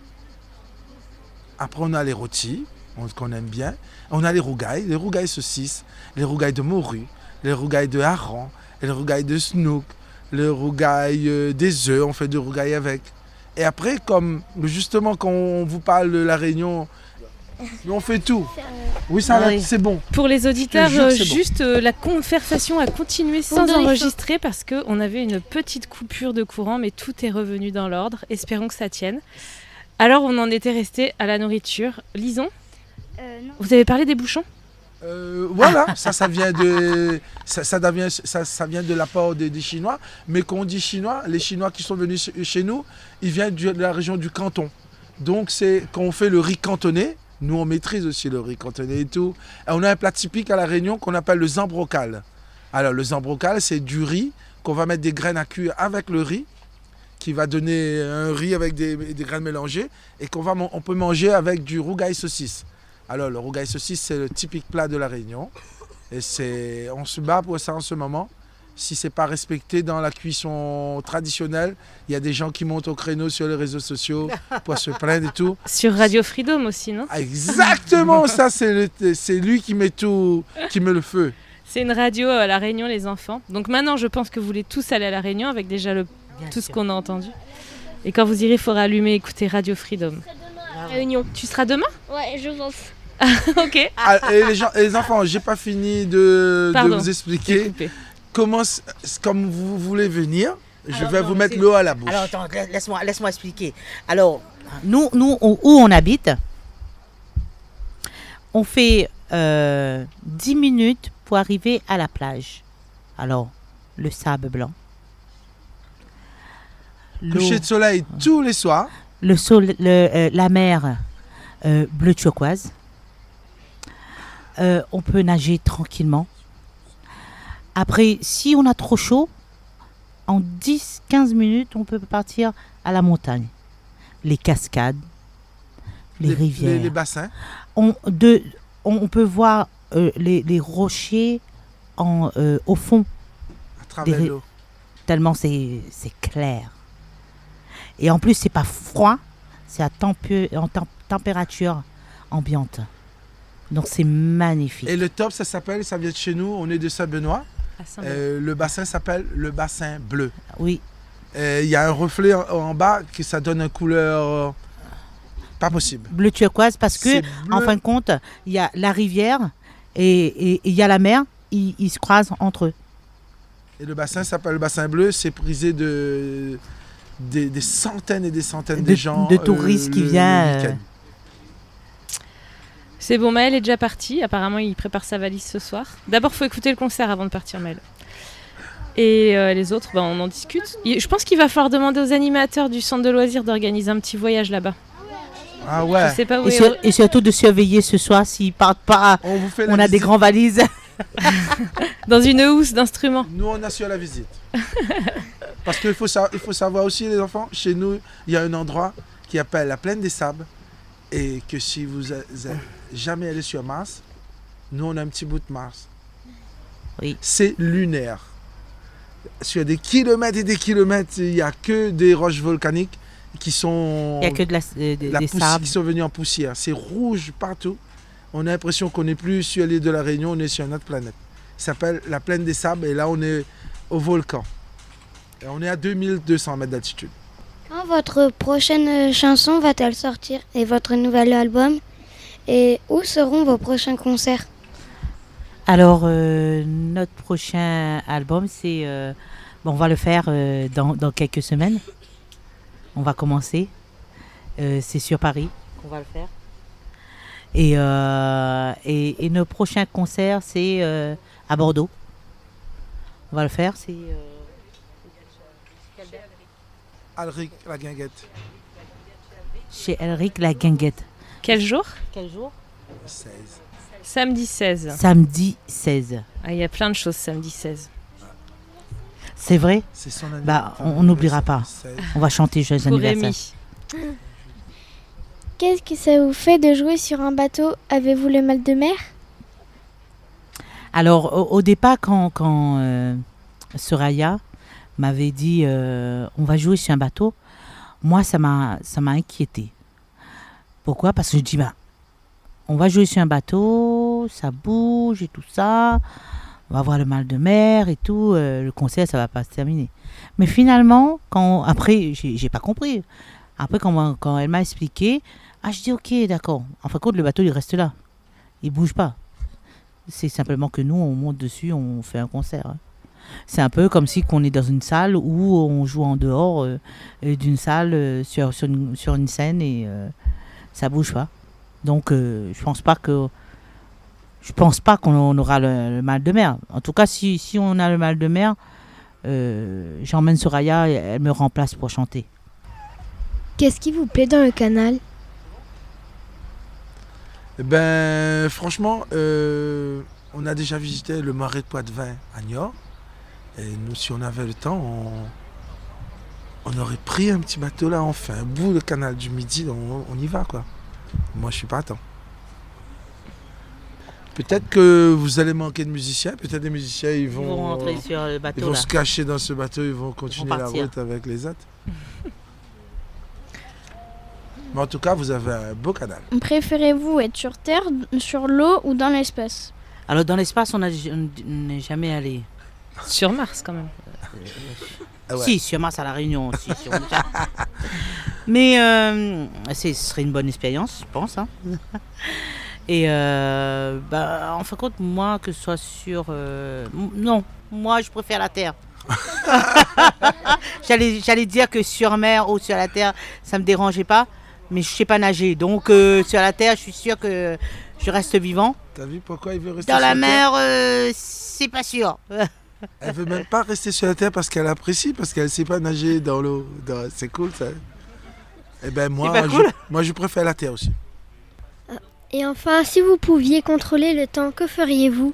Après, on a les rôtis, on- qu'on aime bien. On a les rougailles, les rougailles saucisses, les rougailles de morue, les rougailles de hareng, les rougailles de snook, les rougailles euh, des œufs, on fait des rougailles avec. Et après, comme justement quand on vous parle de la Réunion, on fait tout. Oui, ça, Ah là, oui. c'est bon. Pour les auditeurs, jure que euh, c'est bon. juste euh, la conversation a continué sans donner enregistrer parce qu'on avait une petite coupure de courant, mais tout est revenu dans l'ordre. Espérons que ça tienne. Alors, on en était resté à la nourriture. Lison, Euh, non. vous avez parlé des bouchons? Euh, voilà, ça, ça vient de, ça, ça, devient- ça, ça vient de l'apport des, des Chinois. Mais quand on dit Chinois, les Chinois qui sont venus chez- chez nous, ils viennent du- de la région du Canton. Donc, c'est quand on fait le riz cantonais, nous on maîtrise aussi le riz cantonais et tout. Et on a un plat typique à La Réunion qu'on appelle le zambrocal. Alors, le zambrocal, c'est du riz qu'on va mettre des graines à cuire avec le riz, qui va donner un riz avec des, des graines mélangées et qu'on va, on peut manger avec du rougail saucisse. Alors le rougail saucisse, c'est le typique plat de la Réunion. Et c'est, on se bat pour ça en ce moment. Si ce n'est pas respecté dans la cuisson traditionnelle, il y a des gens qui montent au créneau sur les réseaux sociaux pour se plaindre et tout. Sur Radio Freedom aussi, non? Exactement, ça c'est, le, c'est lui qui met, tout, qui met le feu. C'est une radio à La Réunion, les enfants. Donc maintenant, je pense que vous voulez tous aller à La Réunion avec déjà le, tout ce qu'on a entendu. Et quand vous irez, il faudra allumer et écouter Radio Freedom. La Réunion. Tu seras demain? Ouais, je pense. Ok. Ah, et les, gens, et les enfants, j'ai pas fini de, de vous expliquer comment, comme vous voulez venir. Je alors, vais non, vous mettre c'est... l'eau à la bouche. Alors attends, laisse-moi, laisse-moi expliquer. Alors, nous, nous où on habite, on fait euh, dix minutes pour arriver à la plage. Alors, le sable blanc. L'eau, coucher de soleil tous les soirs. Le sol, le, euh, la mer euh, bleu turquoise. Euh, on peut nager tranquillement. Après, si on a trop chaud, en dix à quinze minutes, on peut partir à la montagne. Les cascades, les, les rivières. Les, les bassins. On, de, on, on peut voir euh, les, les rochers en, euh, au fond. À travers des, l'eau. Tellement c'est, c'est clair. Et en plus, c'est pas froid, c'est à tempé- en tem- température ambiante. Donc c'est magnifique. Et le top, ça s'appelle, ça vient de chez nous, on est de Saint-Benoît. Euh, le bassin s'appelle le bassin bleu. Oui. Il y a un reflet en, en bas que ça donne une couleur euh, pas possible. Bleu turquoise parce que, en fin de compte, il y a la rivière et il y a la mer, ils, ils se croisent entre eux. Et le bassin s'appelle le bassin bleu, c'est prisé de, des, des centaines et des centaines de, de gens. De touristes euh, qui le, viennent. Le euh... C'est bon, Maël est déjà parti. Apparemment, il prépare sa valise ce soir. D'abord, il faut écouter le concert avant de partir, Maël. Et euh, les autres, ben, on en discute. Je pense qu'il va falloir demander aux animateurs du centre de loisirs d'organiser un petit voyage là-bas. Ah ouais. Je sais pas où et, sur, et surtout de surveiller ce soir s'ils partent pas. On, vous fait on a visite. Des grands valises. Dans une housse d'instruments. Nous, on assure la visite. Parce qu'il faut, sa- il faut savoir aussi, les enfants, chez nous, il y a un endroit qui appelle la Plaine des Sables. Et que si vous n'êtes jamais allé sur Mars, nous, on a un petit bout de Mars. Oui. C'est lunaire. Sur des kilomètres et des kilomètres, il n'y a que des roches volcaniques qui sont... Il n'y a que de la, de, de, la des poussi- sables. qui sont venues en poussière. C'est rouge partout. On a l'impression qu'on n'est plus sur l'île de la Réunion, on est sur notre planète. Ça s'appelle la Plaine des Sables et là, on est au volcan. Et on est à deux mille deux cents mètres d'altitude. Quand votre prochaine chanson va-t-elle sortir et votre nouvel album? Et où seront vos prochains concerts? Alors, euh, notre prochain album, c'est... Euh, bon, on va le faire euh, dans, dans quelques semaines. On va commencer. Euh, c'est sur Paris qu'on va le faire. Et, euh, et, et nos prochains concerts, c'est euh, à Bordeaux. On va le faire, c'est... Euh, Alric la Guinguette. Chez Elric la Guinguette. Quel jour? Quel jour? seize. Samedi seize. Samedi seize. Ah, il y a plein de choses samedi seize. C'est vrai? C'est son bah, on n'oubliera pas. On va chanter Joyeux Pour anniversaire. Rémi. Qu'est-ce que ça vous fait de jouer sur un bateau? Avez-vous le mal de mer? Alors, au, au départ, quand, quand euh, Soraya m'avait dit euh, on va jouer sur un bateau, moi, ça m'a, ça m'a inquiété. Pourquoi? Parce que je dis, bah, on va jouer sur un bateau, ça bouge et tout ça, on va avoir le mal de mer et tout, euh, le concert, ça va pas se terminer. Mais finalement, quand, après, j'ai, j'ai pas compris. Après, quand, quand elle m'a expliqué, ah, je dis, ok, d'accord. En fin de compte, le bateau, il reste là. Il bouge pas. C'est simplement que nous, on monte dessus, on fait un concert. Hein. C'est un peu comme si qu'on est dans une salle où on joue en dehors euh, d'une salle euh, sur, sur, une, sur une scène et euh, ça bouge pas. Donc, euh, je pense pas que je pense pas qu'on aura le, le mal de mer. En tout cas, si, si on a le mal de mer, euh, j'emmène Soraya et elle me remplace pour chanter. Qu'est-ce qui vous plaît dans le canal? Ben, franchement, euh, on a déjà visité le marais de Poitevin à Niort. Et nous, si on avait le temps, on, on aurait pris un petit bateau là, on fait un bout le canal du Midi, on, on y va quoi. Moi je suis pas attends. Peut-être que vous allez manquer de musiciens, peut-être les musiciens ils vont, Ils vont rentrer sur le bateau. ils vont là. se cacher dans ce bateau, ils vont continuer vont la partir. route avec les autres. Mais en tout cas, vous avez un beau canal. Préférez-vous être sur Terre, sur l'eau ou dans l'espace? Alors dans l'espace, on a- on n'est jamais allé. Sur Mars quand même. Ah ouais. Si, sur Mars à La Réunion aussi. si on est déjà- Mais euh, c'est- ce serait une bonne expérience, je pense. hein. Et euh, bah, en fin de compte, moi, que ce soit sur... euh, m- non, moi, je préfère la Terre. J'allais j'allais dire que sur mer ou sur la Terre, ça me dérangeait pas. Mais je sais pas nager. Donc euh, sur la Terre, je suis sûr que je reste vivant. T'as vu pourquoi il veut rester Dans sur la Terre? mer, euh, c'est pas sûr. Elle veut même pas rester sur la terre parce qu'elle apprécie, parce qu'elle sait pas nager dans l'eau. Dans- C'est cool ça. Eh ben moi, pas je, cool moi je préfère la terre aussi. Et enfin, si vous pouviez contrôler le temps, que feriez-vous?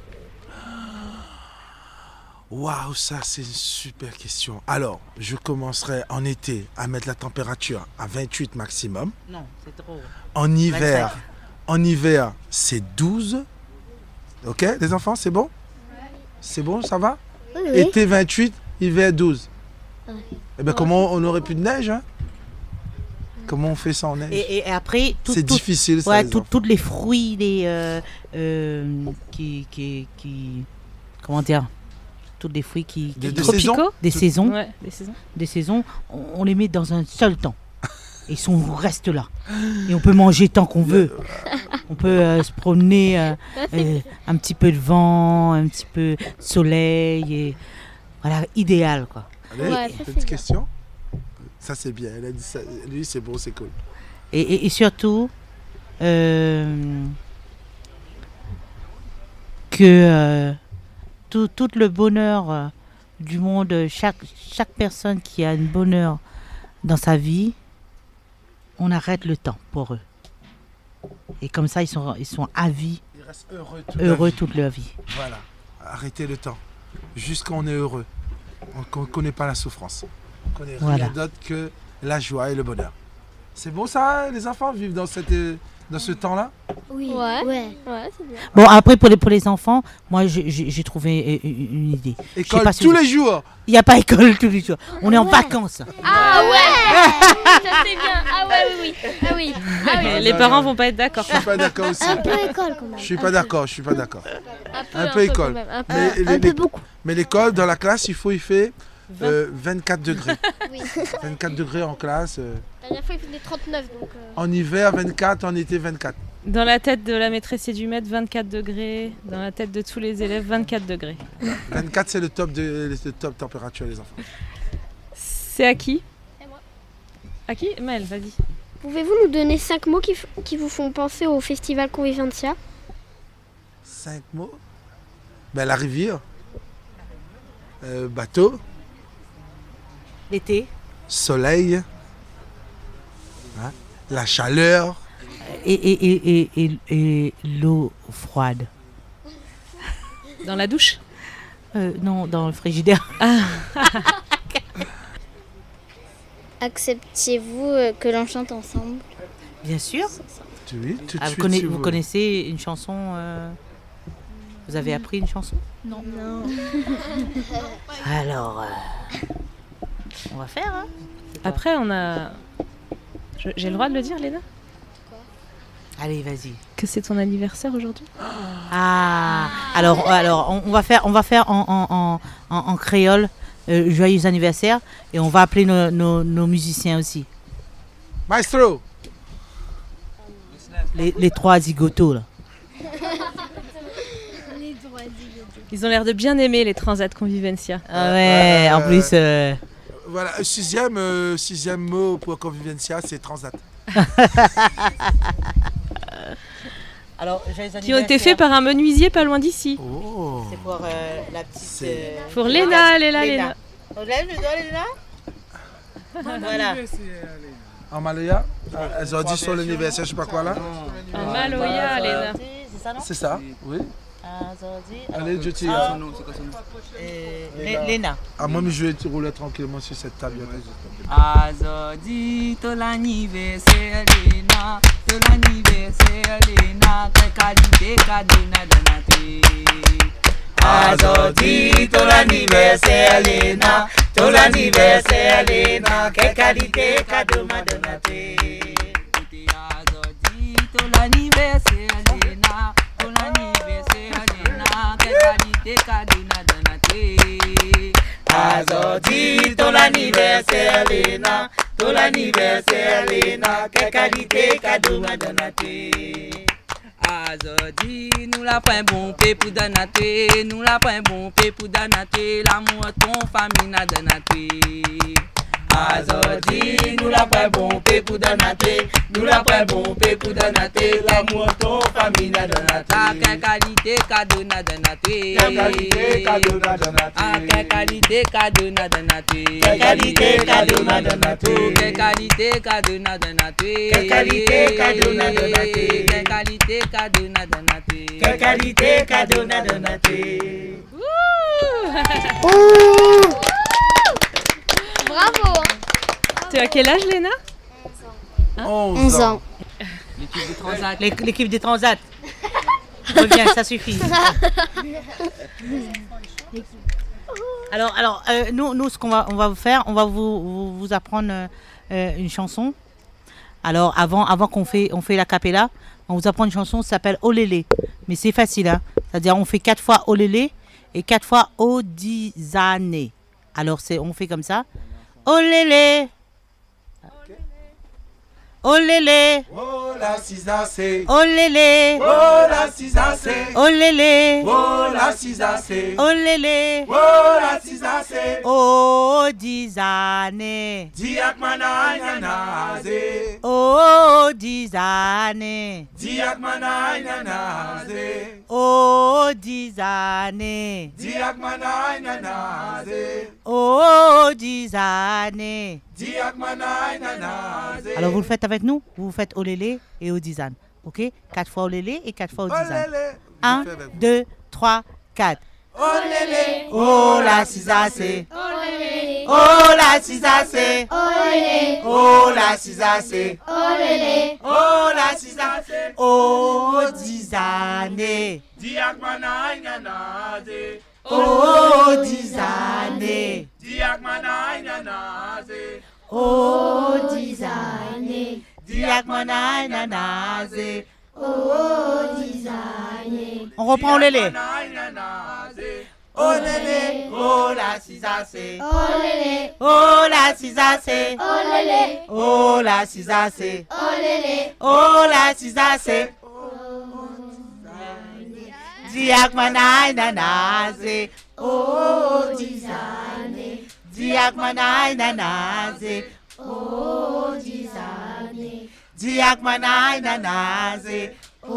Waouh, ça c'est une super question. Alors, je commencerai en été à mettre la température à vingt-huit maximum. Non, c'est trop. En hiver, vingt-cinq. en hiver, c'est douze. Ok, les enfants, c'est bon? C'est bon, ça va? Oui, oui. Été vingt-huit, hiver douze. Ouais. Eh ben comment on aurait plus de neige, hein? Comment on fait ça en neige? Et, et après, tout, C'est tout- difficile, ça, ouais, les tout- enfants. toutes les fruits, les euh, euh, qui, qui, qui, comment dire, toutes les fruits qui, Des- qui- des Tropicaux saisons? des saisons, Ouais, des saisons. des saisons, on, on les met dans un seul temps. Et ils sont restent là. Et on peut manger tant qu'on veut. On peut euh, se promener, euh, euh, un petit peu de vent, un petit peu de soleil, et voilà, idéal quoi. Allez, Ouais, ça, petite c'est bien. question. Ça c'est bien. Elle a dit ça. Lui c'est bon, c'est cool. Et, et- et surtout, euh, que euh, tout, tout le bonheur euh, du monde, chaque, chaque personne qui a un bonheur dans sa vie, on arrête le temps pour eux. Et comme ça, ils sont, ils sont à vie, Il reste heureux toute heureux la vie. toute leur vie. Voilà. Arrêtez le temps. Jusqu'on est heureux. On ne connaît pas la souffrance. On connaît Voilà. rien d'autre que la joie et le bonheur. C'est beau ça, hein, les enfants, vivre dans, cette, euh, dans ce temps-là? Oui. Ouais. Ouais. Ouais, c'est bien. Bon, après, pour les, pour les enfants, moi, j'ai- j'ai j'ai trouvé euh, une, une idée. Je sais École pas si tous vous- les jours. Il n'y a pas école tous les jours. On est en vacances. Ah ouais. Ça c'est bien. Ah ouais, oui, oui. Ah oui. Ah oui. Mais les non, parents non. vont pas être d'accord. Je suis pas d'accord aussi. Un peu école quand même. Je suis pas d'accord, je suis pas d'accord. Un peu, Un peu école. quand même, un peu. Mais, Un les- peu les- beaucoup. mais l'école, dans la classe, il faut y faire vingt. euh, vingt-quatre degrés. Oui. vingt-quatre degrés en classe. euh, La dernière fois il faisait trente-neuf donc. euh, en hiver, vingt-quatre, en été, vingt-quatre. Dans la tête de la maîtresse et du maître, vingt-quatre degrés. Dans la tête de tous les élèves, vingt-quatre degrés. vingt-quatre, c'est le top de le top température, les enfants. C'est à qui? C'est moi. À qui? Mel, vas-y. Pouvez-vous nous donner cinq mots qui, f- qui vous font penser au festival Convivencia? Cinq mots. Ben, la rivière. Euh, bateau. L'été. Soleil. Hein, la chaleur. Et, et, et, et, et, et l'eau froide. Dans la douche? Euh, non, dans le frigidaire. Acceptiez-vous euh, que l'on chante ensemble? Bien sûr. Tu oui, tout de Ah, vous, suite, conna- si vous voulez. connaissez une chanson euh, Vous avez appris une chanson? Non. Alors, euh, on va faire. Hein. Après, on a. Je- J'ai le droit de le dire, Léna? Allez, vas-y. Que c'est ton anniversaire aujourd'hui? Ah, alors, alors on, on va faire, on va faire en, en, en, en- en créole euh, joyeux anniversaire et on va appeler nos, nos, nos musiciens aussi. Maestro. Les, les trois zigotos là. Ils ont l'air de bien aimer les Transat Convivencia. Ah ouais, en Euh, plus. euh, Voilà, euh, sixième, euh, sixième mot pour Convivencia, c'est Transat. Alors, joyeux Qui ont été faits par un menuisier pas loin d'ici. Oh. C'est pour euh, la petite. C'est- euh, Pour Léna, Léna, Léna. On lève le doigt, Léna. Voilà. En Maloya, ah, elles ont dit sur l'anniversaire, je sais pas quoi là. Un Maloya, Léna. C'est ça, non? C'est ça, oui. Allez, Jyoti. Ah. Son nom, c'est quoi son nom? Euh, Léna. Ah, moi, je vais rouler tranquillement sur cette table. Azodi, to l'anniversaire, Léna. To l'anniversaire, Léna. Quelle qualité cadeau n'a donné. Azodi, to l'anniversaire, Léna. To l'anniversaire, Léna. Quelle qualité cadeau m'a donné. Azodi, to l'anniversaire, Léna. To l'anniversaire, Léna. Quelle qualité cadeau n'a donné. Azodi, to l'anniversaire, Léna. To l'anniversaire, Léna. Quelle qualité cadeau m'a donné. Azodi, nous la prenons bon paix pour donner. Nous la prenons bon paix pour donner. L'amour ton famille n'a donné. Azodi, nous la prenons bon paix pour donner. Nous la prenons bon paix pour donner. L'amour ton famille n'a donné. Quelle qualité cadeau n'a donné. Quelle qualité cadeau n'a donné. Quelle qualité cadeau n'a donné. Quelle qualité cadeau n'a donné. Quelle qualité cadeau n'a donné. Quelle qualité cadeau n'a donné. Quelle qualité cadeau n'a donné. Quelle qualité cadeau n'a donné. Bravo. Tu as quel âge, Léna? onze ans. L'équipe des Transat. L'équipe des Transat. Reviens, ça suffit. Alors, alors euh, nous, nous, ce qu'on va, on va vous faire, on va vous, vous, vous apprendre euh, une chanson. Alors, avant, avant qu'on fait, on fait la cappella, on vous apprend une chanson, ça s'appelle Olélé. Mais c'est facile, hein. C'est-à-dire, on fait quatre fois Olélé et quatre fois Odizane. Alors, c'est, on fait comme ça. Olélé. Olélé. Oh la cisacée. Olélé. Oh la cisacée. Olélé. Oh la cisacée. Olélé. Oh la cisacée. Odizane. Diak mana nanaze. Odizane. Diak mana nanaze. Odizane. Diak mana nanaze. Odizane. Diak mana nanaze. Alors vous le faites avec nous, vous faites Olélé et Odizane. Ok? Quatre fois Olélé et quatre fois Odizane. Un, deux, trois, quatre. Olélé. Oh la cisacée. Olélé. Oh la cisacée. Olélé. Oh la cisacée. Olélé. Oh la cisacée. Odizane. Diak mana nanaze. Odizane. Diak mana nanaze. Odizane. Diak mana nanaze. Odizane. On reprend Olélé. Olélé. Oh la cisacée. Olélé. Oh la cisacée. Olélé. Oh la cisacée. Olélé. Oh la cisacée. Diak mana nanaze. Odizane. Diak mana nanaze. Odizane. Diak mana nanaze.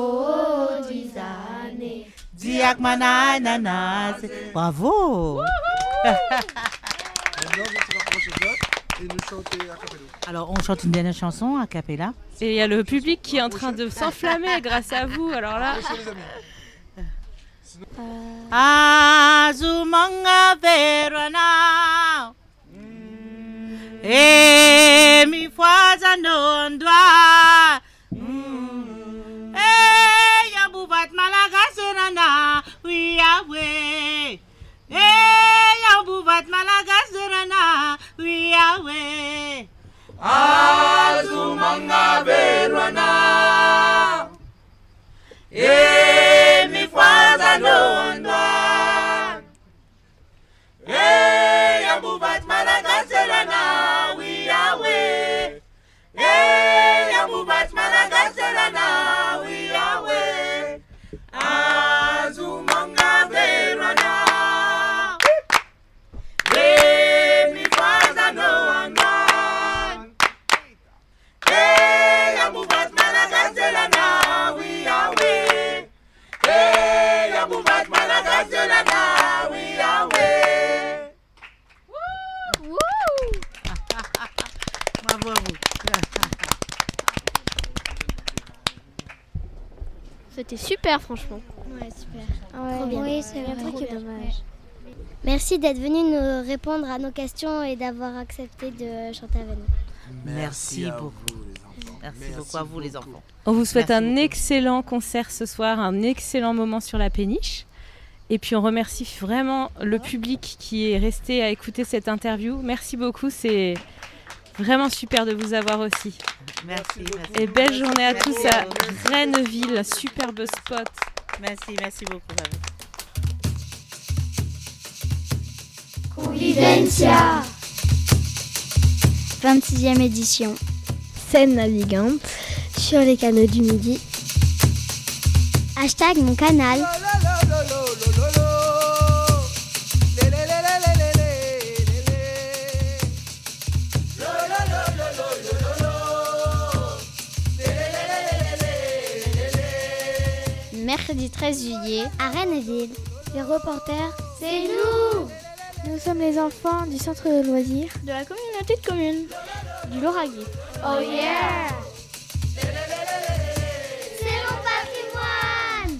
Odizane. Diak mana nanaze. Bravo. Maintenant, vous se rapprochez d'eux et nous chantez à cappella. Alors, on chante une dernière chanson a cappella. Et il y a le public qui est en train de s'enflammer grâce à vous. Alors là. Azumanga verana. Eh, mi fwaza nondwa. Eh, yambuvat malagasirana. We are way. Eh, yambuvat malagasirana. We are way. Azumanga verana. Eh, mi fwaza nondwa. Eh, yambuvat malagasirana. We are way. Eh, yambuvat malagasirana. We are way. Azumanga verana. Eh, mi fwaza nondwa. Eh, yambuvat malagasirana. We are way. C'était super, franchement. Ouais, super. Ouais, Trop bien. Oui, c'est vrai. Trop Trop bien. dommage. Merci d'être venu nous répondre à nos questions et d'avoir accepté de chanter avec nous. Merci à beaucoup. vous, les enfants. Merci, Merci beaucoup à vous les beaucoup. enfants. On vous souhaite Merci un beaucoup. excellent concert ce soir, un excellent moment sur la péniche. Et puis on remercie vraiment le public qui est resté à écouter cette interview. Merci beaucoup, c'est vraiment super de vous avoir aussi. Merci, merci. Et belle journée à Merci tous à à vous. Renneville, superbe spot. Merci, merci beaucoup. Convivencia. vingt-sixième édition. Scène navigante. Sur les canaux du Midi. Hashtag mon canal. Mercredi treize juillet. À Renneville. Les reporters, C'est nous. nous sommes les enfants du centre de loisirs. De la communauté de communes du Lauragais. Oh yeah. C'est mon patrimoine.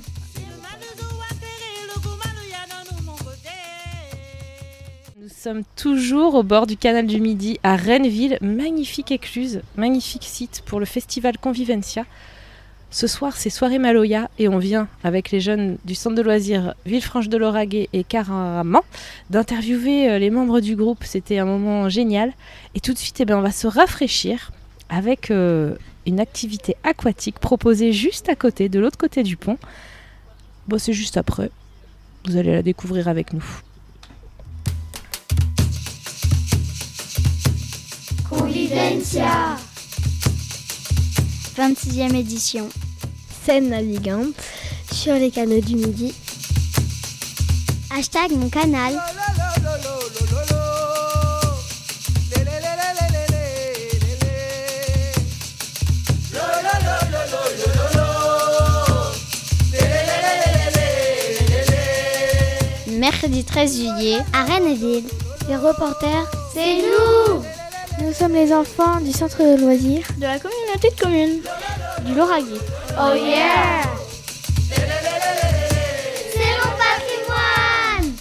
Nous sommes toujours au bord du canal du Midi à Renneville, magnifique écluse, magnifique site pour le festival Convivencia. Ce soir, c'est soirée Maloya et on vient, avec les jeunes du centre de loisirs Villefranche-de-Lauragais et Caraman, d'interviewer les membres du groupe. C'était un moment génial. Et tout de suite, eh bien, on va se rafraîchir avec euh, une activité aquatique proposée juste à côté, de l'autre côté du pont. Bon, c'est juste après. Vous allez la découvrir avec nous. Convivencia. vingt-sixième édition. Scène navigante. Sur les canaux du Midi. Hashtag mon canal. Mercredi treize juillet. À Renneville. Les reporters, C'est nous. nous sommes les enfants du centre de loisirs. De la communauté de communes du Lauragais. Oh yeah. C'est mon patrimoine.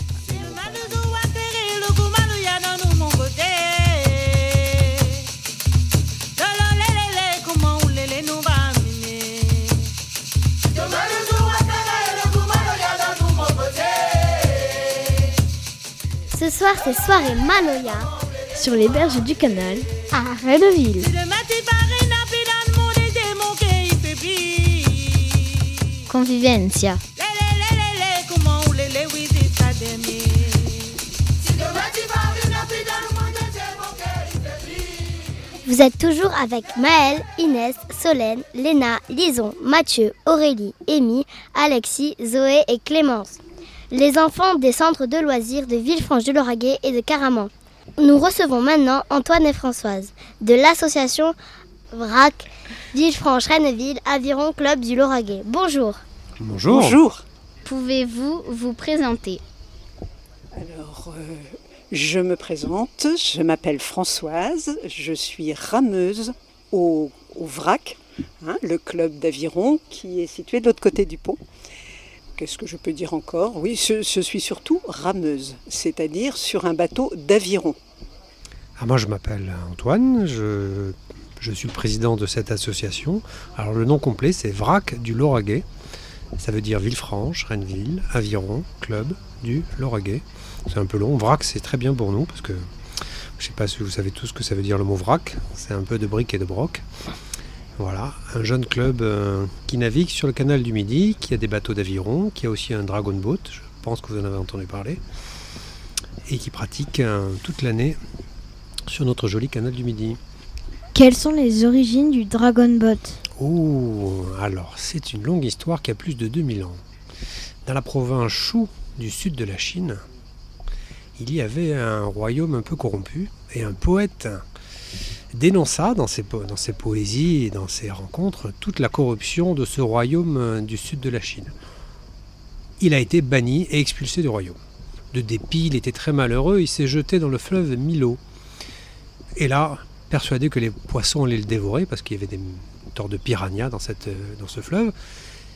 Ce soir, c'est soirée Maloya. Sur les berges du canal. À Renneville. Convivencia. Vous êtes toujours avec Maëlle, Inès, Solène, Léna, Lison, Mathieu, Aurélie, Amy, Alexis, Zoé et Clémence. Les enfants des centres de loisirs de Villefranche-de-Lauragais et de Caraman. Nous recevons maintenant Antoine et Françoise de l'association V R A C Villefranche-Renneville Aviron Club du Lauragais. Bonjour. Bonjour. Bonjour. Pouvez-vous vous présenter? Alors, euh, je me présente, je m'appelle Françoise, je suis rameuse au, au V R A C, hein, le club d'aviron qui est situé de l'autre côté du pont. Qu'est-ce que je peux dire encore? Oui, je, je suis surtout rameuse, c'est-à-dire sur un bateau d'aviron. Ah, moi, je m'appelle Antoine, je, je suis le président de cette association. Alors, le nom complet, c'est V R A C du Lauragais. Ça veut dire Villefranche, Renneville, Aviron, Club du Lauragais. C'est un peu long. V R A C, c'est très bien pour nous parce que je ne sais pas si vous savez tous ce que ça veut dire le mot V R A C. C'est un peu de briques et de broc. Voilà, un jeune club euh, qui navigue sur le canal du Midi, qui a des bateaux d'aviron, qui a aussi un dragon boat, je pense que vous en avez entendu parler, et qui pratique euh, toute l'année sur notre joli canal du Midi. Quelles sont les origines du Dragon Boat? Oh, alors c'est une longue histoire qui a plus de deux mille ans. Dans la province Shu du sud de la Chine, il y avait un royaume un peu corrompu, et un poète dénonça dans ses, po- dans ses poésies et dans ses rencontres toute la corruption de ce royaume du sud de la Chine. Il a été banni et expulsé du royaume. De dépit, il était très malheureux, il s'est jeté dans le fleuve Milo. Et là, persuadé que les poissons allaient le dévorer, parce qu'il y avait des sortes de piranhas dans, cette, dans ce fleuve,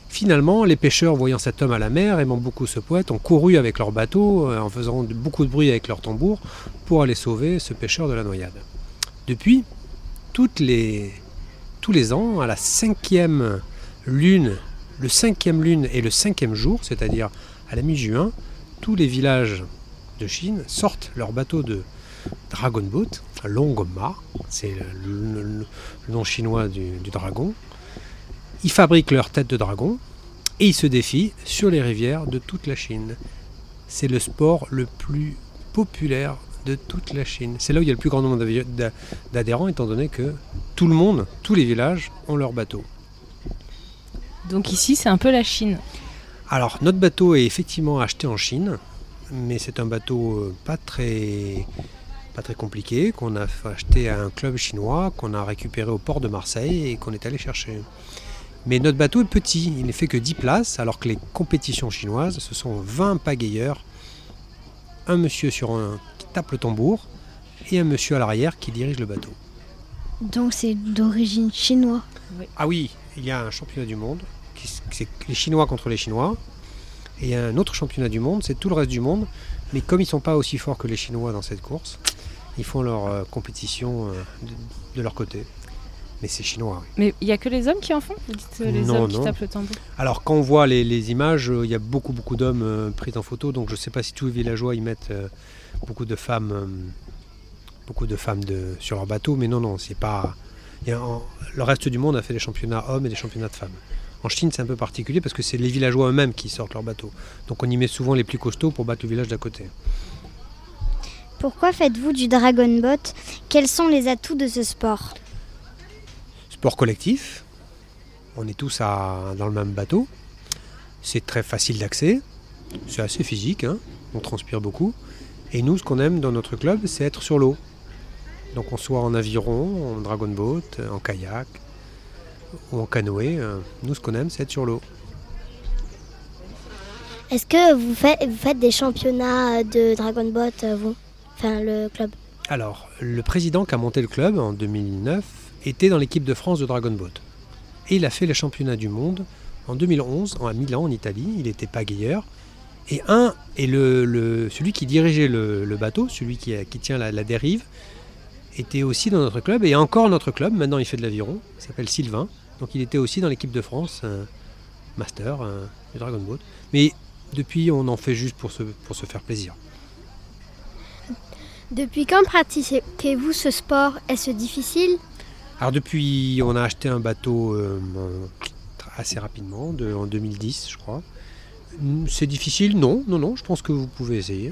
Finalement, les pêcheurs, voyant cet homme à la mer, aimant beaucoup ce poète, ont couru avec leur bateau, en faisant beaucoup de bruit avec leur tambour, pour aller sauver ce pêcheur de la noyade. Depuis, toutes les, tous les ans, à la cinquième lune, le cinquième lune et le cinquième jour, c'est-à-dire à la mi-juin, tous les villages de Chine sortent leur bateau de Dragon Boat, Longma, c'est le, le, le nom chinois du, du dragon. Ils fabriquent leur tête de dragon et ils se défient sur les rivières de toute la Chine. C'est le sport le plus populaire de toute la Chine. C'est là où il y a le plus grand nombre d'adhérents, étant donné que tout le monde, tous les villages ont leur bateau. Donc ici, c'est un peu la Chine. Alors, notre bateau est effectivement acheté en Chine, mais c'est un bateau pas très, pas très compliqué, qu'on a acheté à un club chinois, qu'on a récupéré au port de Marseille et qu'on est allé chercher. Mais notre bateau est petit, il n'est fait que dix places, alors que les compétitions chinoises, ce sont vingt pagayeurs, un monsieur sur un, qui tape le tambour et un monsieur à l'arrière qui dirige le bateau. Donc c'est d'origine chinoise. Oui. Ah oui, il y a un championnat du monde, qui, c'est les Chinois contre les Chinois, et il y a un autre championnat du monde, c'est tout le reste du monde, mais comme ils ne sont pas aussi forts que les Chinois dans cette course, ils font leur euh, compétition euh, de, de leur côté. Mais c'est chinois. Oui. Mais il n'y a que les hommes qui en font? Vous dites euh, les non, hommes non. qui tapent le tambour? Alors quand on voit les, les images, il euh, y a beaucoup beaucoup d'hommes euh, pris en photo, donc je ne sais pas si tous les villageois y mettent euh, beaucoup de femmes, euh, beaucoup de femmes de, sur leur bateau, mais non, non, c'est pas... Y a, en, le reste du monde a fait des championnats hommes et des championnats de femmes. En Chine, c'est un peu particulier parce que c'est les villageois eux-mêmes qui sortent leur bateau. Donc on y met souvent les plus costauds pour battre le village d'à côté. Pourquoi faites-vous du Dragon Boat? Quels sont les atouts de ce sport? Sport collectif, on est tous à, dans le même bateau, c'est très facile d'accès, c'est assez physique, hein, on transpire beaucoup. Et nous, ce qu'on aime dans notre club, c'est être sur l'eau. Donc on soit en aviron, en dragon boat, en kayak ou en canoë, nous ce qu'on aime, c'est être sur l'eau. Est-ce que vous faites, vous faites des championnats de dragon boat, vous? Enfin, le club? Alors, le président qui a monté le club en deux mille neuf était dans l'équipe de France de Dragon Boat. Et il a fait les championnats du monde en deux mille onze, à Milan, en Italie. Il était pagayeur. Et un, et le, le, celui qui dirigeait le, le bateau, celui qui, qui tient la, la dérive, était aussi dans notre club. Et encore notre club, maintenant il fait de l'aviron, il s'appelle Sylvain. Donc il était aussi dans l'équipe de France, un master un, du Dragon Boat. Mais depuis, on en fait juste pour se, pour se faire plaisir. Depuis quand pratiquez-vous ce sport? Est-ce difficile? Alors depuis, on a acheté un bateau euh, assez rapidement, de, en deux mille dix je crois. C'est difficile? Non, non, non, je pense que vous pouvez essayer.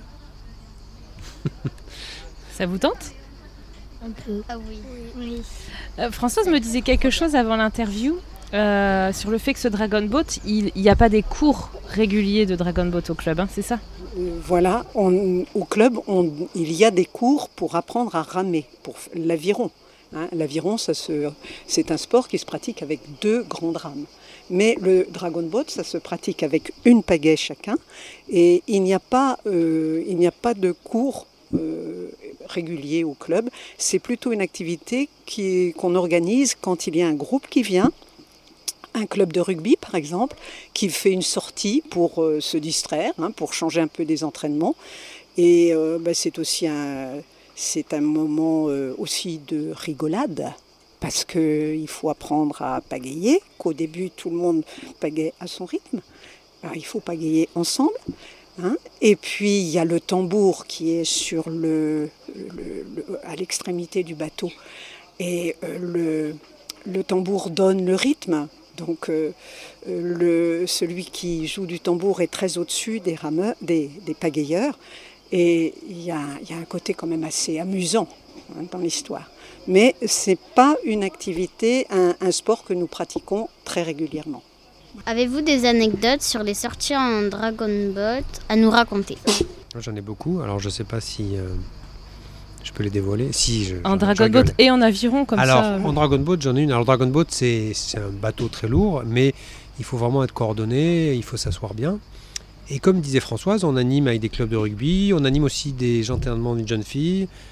Ça vous tente? Un peu. Ah oui. oui. Euh, Françoise me disait quelque chose avant l'interview euh, sur le fait que ce Dragon Boat, il n'y a pas des cours réguliers de Dragon Boat au club, hein, c'est ça? Voilà, on, au club, on, il y a des cours pour apprendre à ramer, pour l'aviron. Hein, l'aviron, ça se, c'est un sport qui se pratique avec deux grandes rames. Mais le Dragon Boat, ça se pratique avec une pagaie chacun. Et il n'y a pas, euh, il n'y a pas de cours euh, réguliers au club. C'est plutôt une activité qui, qu'on organise quand il y a un groupe qui vient. Un club de rugby, par exemple, qui fait une sortie pour euh, se distraire, hein, pour changer un peu des entraînements. Et euh, bah, c'est aussi un... C'est un moment euh, aussi de rigolade, parce qu'il faut apprendre à pagayer, qu'au début tout le monde pagaie à son rythme. Alors, il faut pagayer ensemble. Hein. Et puis il y a le tambour qui est sur le, le, le, à l'extrémité du bateau. Et euh, le, le tambour donne le rythme. Donc euh, le, celui qui joue du tambour est très au-dessus des, rameurs, des, des pagayeurs. Et il y, y a un côté quand même assez amusant hein, dans l'histoire. Mais ce n'est pas une activité, un, un sport que nous pratiquons très régulièrement. Avez-vous des anecdotes sur les sorties en Dragon Boat à nous raconter? J'en ai beaucoup, alors je ne sais pas si euh, je peux les dévoiler. Si, je, en je, Dragon je Boat et en aviron comme alors, ça. Alors en Dragon Boat, j'en ai une. Alors Dragon Boat, c'est, c'est un bateau très lourd, mais il faut vraiment être coordonné, il faut s'asseoir bien. Et comme disait Françoise, on anime avec des clubs de rugby, on anime aussi des enterrements d'une jeune fille,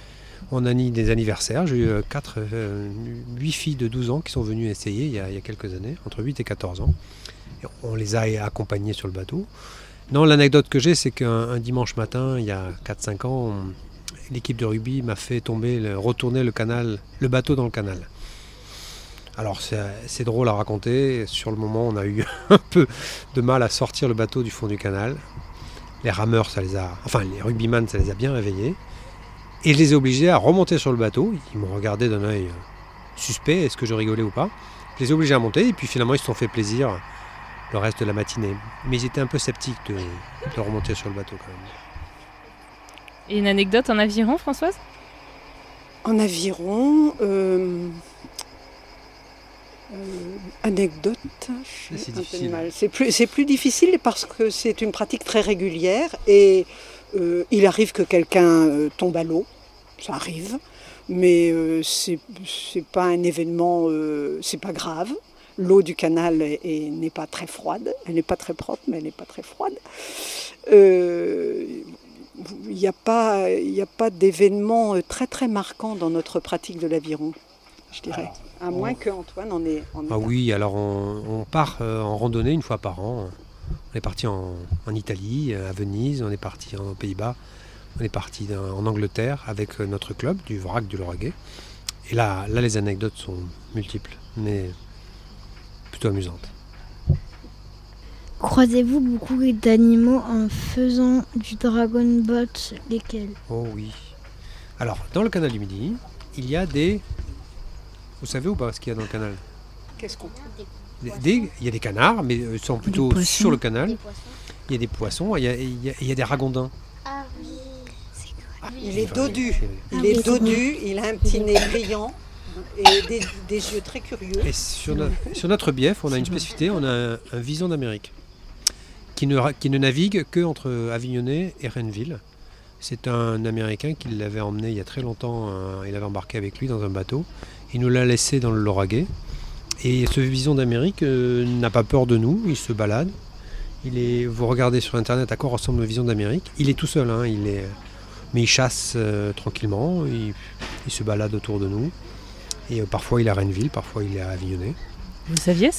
On a mis des anniversaires. J'ai eu quatre, huit filles de douze ans qui sont venues essayer il y a, il y a quelques années, entre huit et quatorze ans. Et on les a accompagnées sur le bateau. Non, l'anecdote que j'ai, c'est qu'un un dimanche matin, il y a quatre cinq ans, on, l'équipe de rugby m'a fait tomber, le, retourner le canal, le bateau dans le canal. Alors c'est, c'est drôle à raconter. Sur le moment, on a eu un peu de mal à sortir le bateau du fond du canal. Les rameurs, ça les a, enfin les rugbyman, ça les a bien réveillés. Et je les ai obligés à remonter sur le bateau. Ils m'ont regardé d'un œil suspect, est-ce que je rigolais ou pas. Je les ai obligés à monter et puis finalement ils se sont fait plaisir le reste de la matinée. Mais ils étaient un peu sceptiques de, de remonter sur le bateau quand même. Et une anecdote en aviron, Françoise ? En aviron, euh, euh, anecdote, c'est, c'est un difficile. peu de mal. C'est plus, c'est plus difficile parce que c'est une pratique très régulière et euh, il arrive que quelqu'un euh, tombe à l'eau, ça arrive, mais euh, c'est, c'est pas un événement, euh, c'est pas grave. L'eau du canal est, est, n'est pas très froide, elle n'est pas très propre, mais elle n'est pas très froide. Euh, Il n'y a pas, il n'y a pas d'événement très très marquant dans notre pratique de l'aviron, je dirais. À moins on... qu'Antoine en ait. En ah oui, alors on, on part euh, en randonnée une fois par an. On est parti en, en Italie, à Venise, on est parti aux Pays-Bas, on est parti en Angleterre avec notre club du Vrac du Lauragais. Et là, là, les anecdotes sont multiples, mais plutôt amusantes. Croisez-vous beaucoup d'animaux en faisant du dragon boat, lesquels ? Oh oui. Alors, dans le canal du Midi, il y a des... Vous savez ou pas ce qu'il y a dans le canal ? Qu'est-ce qu'on des, des, Il y a des canards, mais ils sont plutôt sur le canal. Il y a des poissons, il y a, il y a, il y a des ragondins. Ah oui. Ah, il est dodu. Il ah, est dodu, il a un petit nez brillant et des, des yeux très curieux. Et sur, no, sur notre bief, on a une spécificité, on a un, un vison d'Amérique. Qui ne, qui ne navigue qu'entre Avignonnet et Renneville. C'est un Américain qui l'avait emmené il y a très longtemps, euh, il avait embarqué avec lui dans un bateau. Il nous l'a laissé dans le Lauragais. Et ce vison d'Amérique euh, n'a pas peur de nous, il se balade. Il est, vous regardez sur internet à quoi ressemble le vison d'Amérique. Il est tout seul, hein, il est, mais il chasse euh, tranquillement, il, il se balade autour de nous. Et euh, parfois il est à Renneville, parfois il est à Avignonnet. Vous saviez ça ?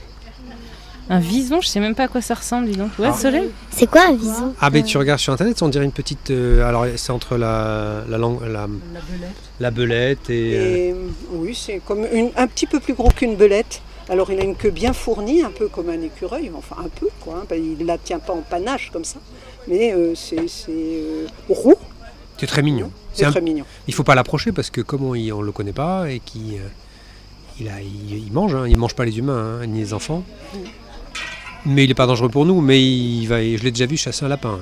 Un vison, je sais même pas à quoi ça ressemble, dis donc. Ouais, ah. Solène ? C'est quoi un vison ? Ah, ben tu regardes sur internet, on dirait une petite. Euh, alors, c'est entre la, la langue. La, la belette. La belette et. et euh... Oui, c'est comme une, un petit peu plus gros qu'une belette. Alors, il a une queue bien fournie, un peu comme un écureuil, enfin un peu, quoi. Hein, il ne la tient pas en panache comme ça, mais euh, c'est, c'est euh, roux. C'est très mignon. C'est, c'est un... très mignon. Il ne faut pas l'approcher parce que, comme on ne le connaît pas et qu'il euh, il a, il, il mange, hein, il ne mange pas les humains, hein, ni les enfants. Mm. Mais il n'est pas dangereux pour nous, mais il va, je l'ai déjà vu chasser un lapin.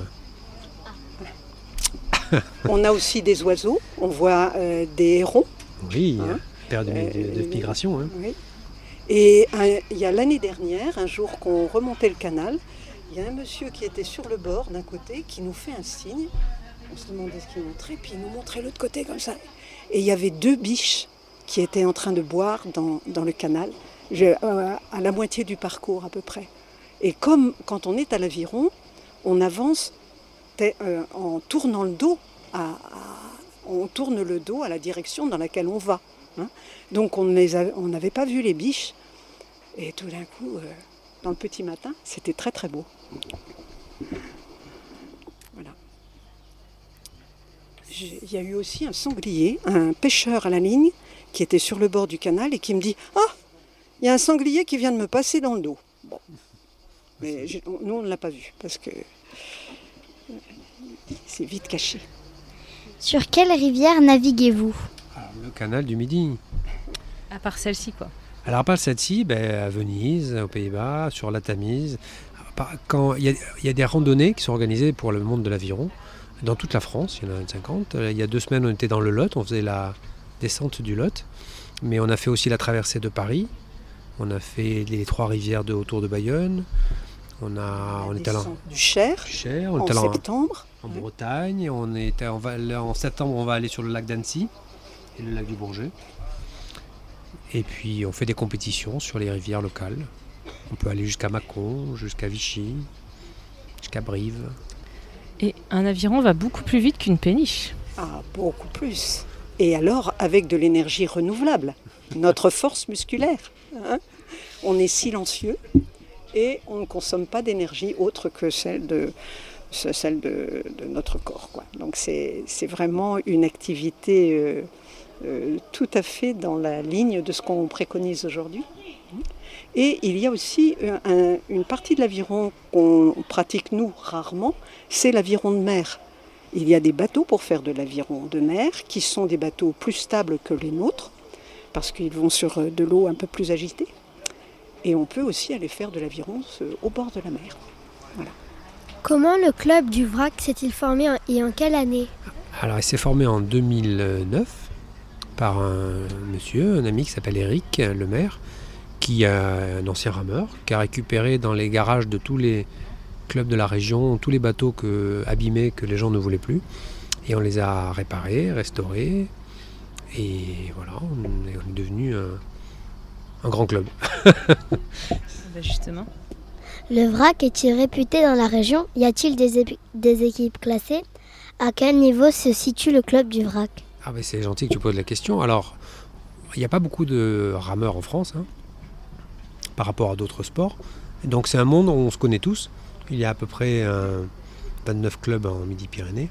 On a aussi des oiseaux, on voit euh, des hérons. Oui, hein, père de, de, de, de migration. Hein. Oui. Et un, il y a l'année dernière, un jour qu'on remontait le canal, il y a un monsieur qui était sur le bord d'un côté qui nous fait un signe. On se demandait ce qu'il montrait, puis il nous montrait l'autre côté comme ça. Et il y avait deux biches qui étaient en train de boire dans, dans le canal, je, euh, à la moitié du parcours à peu près. Et comme quand on est à l'aviron, on avance euh, en tournant le dos, à, à, on tourne le dos à la direction dans laquelle on va. Hein. Donc on n'avait pas vu les biches. Et tout d'un coup, euh, dans le petit matin, c'était très très beau. Voilà. Il y a eu aussi un sanglier, un pêcheur à la ligne, qui était sur le bord du canal et qui me dit « Ah, il y a un sanglier qui vient de me passer dans le dos. » Bon. Mais nous, on ne l'a pas vu, parce que c'est vite caché. Sur quelle rivière naviguez-vous ? Alors, le canal du Midi. À part celle-ci, quoi. Alors, à part celle-ci, ben, à Venise, aux Pays-Bas, sur la Tamise. Quand il y, y a des randonnées qui sont organisées pour le monde de l'aviron, dans toute la France, il y en a cinquante. Il y a deux semaines, on était dans le Lot, on faisait la descente du Lot. Mais on a fait aussi la traversée de Paris. On a fait les trois rivières de, autour de Bayonne. On a, on est allé du Cher, Cher on en est septembre. En, en Bretagne. On est, on va, en septembre, on va aller sur le lac d'Annecy et le lac du Bourget. Et puis, on fait des compétitions sur les rivières locales. On peut aller jusqu'à Mâcon, jusqu'à Vichy, jusqu'à Brive. Et un aviron va beaucoup plus vite qu'une péniche. Ah, beaucoup plus. Et alors avec de l'énergie renouvelable, notre force musculaire. Hein. On est silencieux et on ne consomme pas d'énergie autre que celle de, celle de, de notre corps, quoi. Donc c'est, c'est vraiment une activité euh, euh, tout à fait dans la ligne de ce qu'on préconise aujourd'hui. Et il y a aussi un, une partie de l'aviron qu'on pratique nous rarement, c'est l'aviron de mer. Il y a des bateaux pour faire de l'aviron de mer qui sont des bateaux plus stables que les nôtres parce qu'ils vont sur de l'eau un peu plus agitée. Et on peut aussi aller faire de l'aviron au bord de la mer. Voilà. Comment le club du Vrac s'est-il formé et en quelle année ? Alors il s'est formé en deux mille neuf par un monsieur, un ami qui s'appelle Eric Lemaire, qui est un ancien rameur, qui a récupéré dans les garages de tous les clubs de la région, tous les bateaux que, abîmés que les gens ne voulaient plus. Et on les a réparés, restaurés. Et voilà, on est devenu un, un grand club. Bah justement. Le Vrac est-il réputé dans la région ? Y a-t-il des, épi- des équipes classées ? À quel niveau se situe le club du Vrac ? Ah ben c'est gentil que tu poses la question. Alors, il n'y a pas beaucoup de rameurs en France, hein, par rapport à d'autres sports. Donc c'est un monde où on se connaît tous. Il y a à peu près euh, vingt-neuf clubs en Midi-Pyrénées.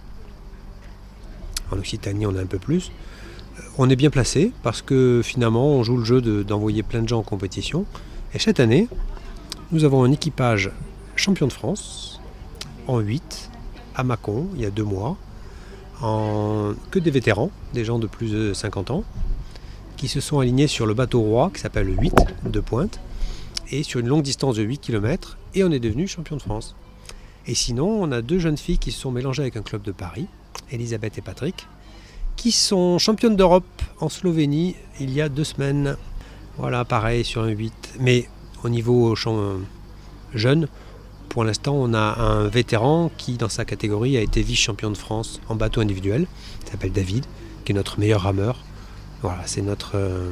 En Occitanie, on a un peu plus. On est bien placé parce que finalement, on joue le jeu de, d'envoyer plein de gens en compétition. Et cette année, nous avons un équipage champion de France en huit à Mâcon, il y a deux mois. En... Que des vétérans, des gens de plus de cinquante ans, qui se sont alignés sur le bateau roi qui s'appelle le huit de pointe. Et sur une longue distance de huit kilomètres, et on est devenu champion de France. Et sinon, on a deux jeunes filles qui se sont mélangées avec un club de Paris, Elisabeth et Patrick, qui sont championnes d'Europe en Slovénie il y a deux semaines. Voilà, pareil sur un huit. Mais au niveau champ... jeune, pour l'instant, on a un vétéran qui, dans sa catégorie, a été vice-champion de France en bateau individuel. Il s'appelle David, qui est notre meilleur rameur. Voilà, c'est notre... Euh...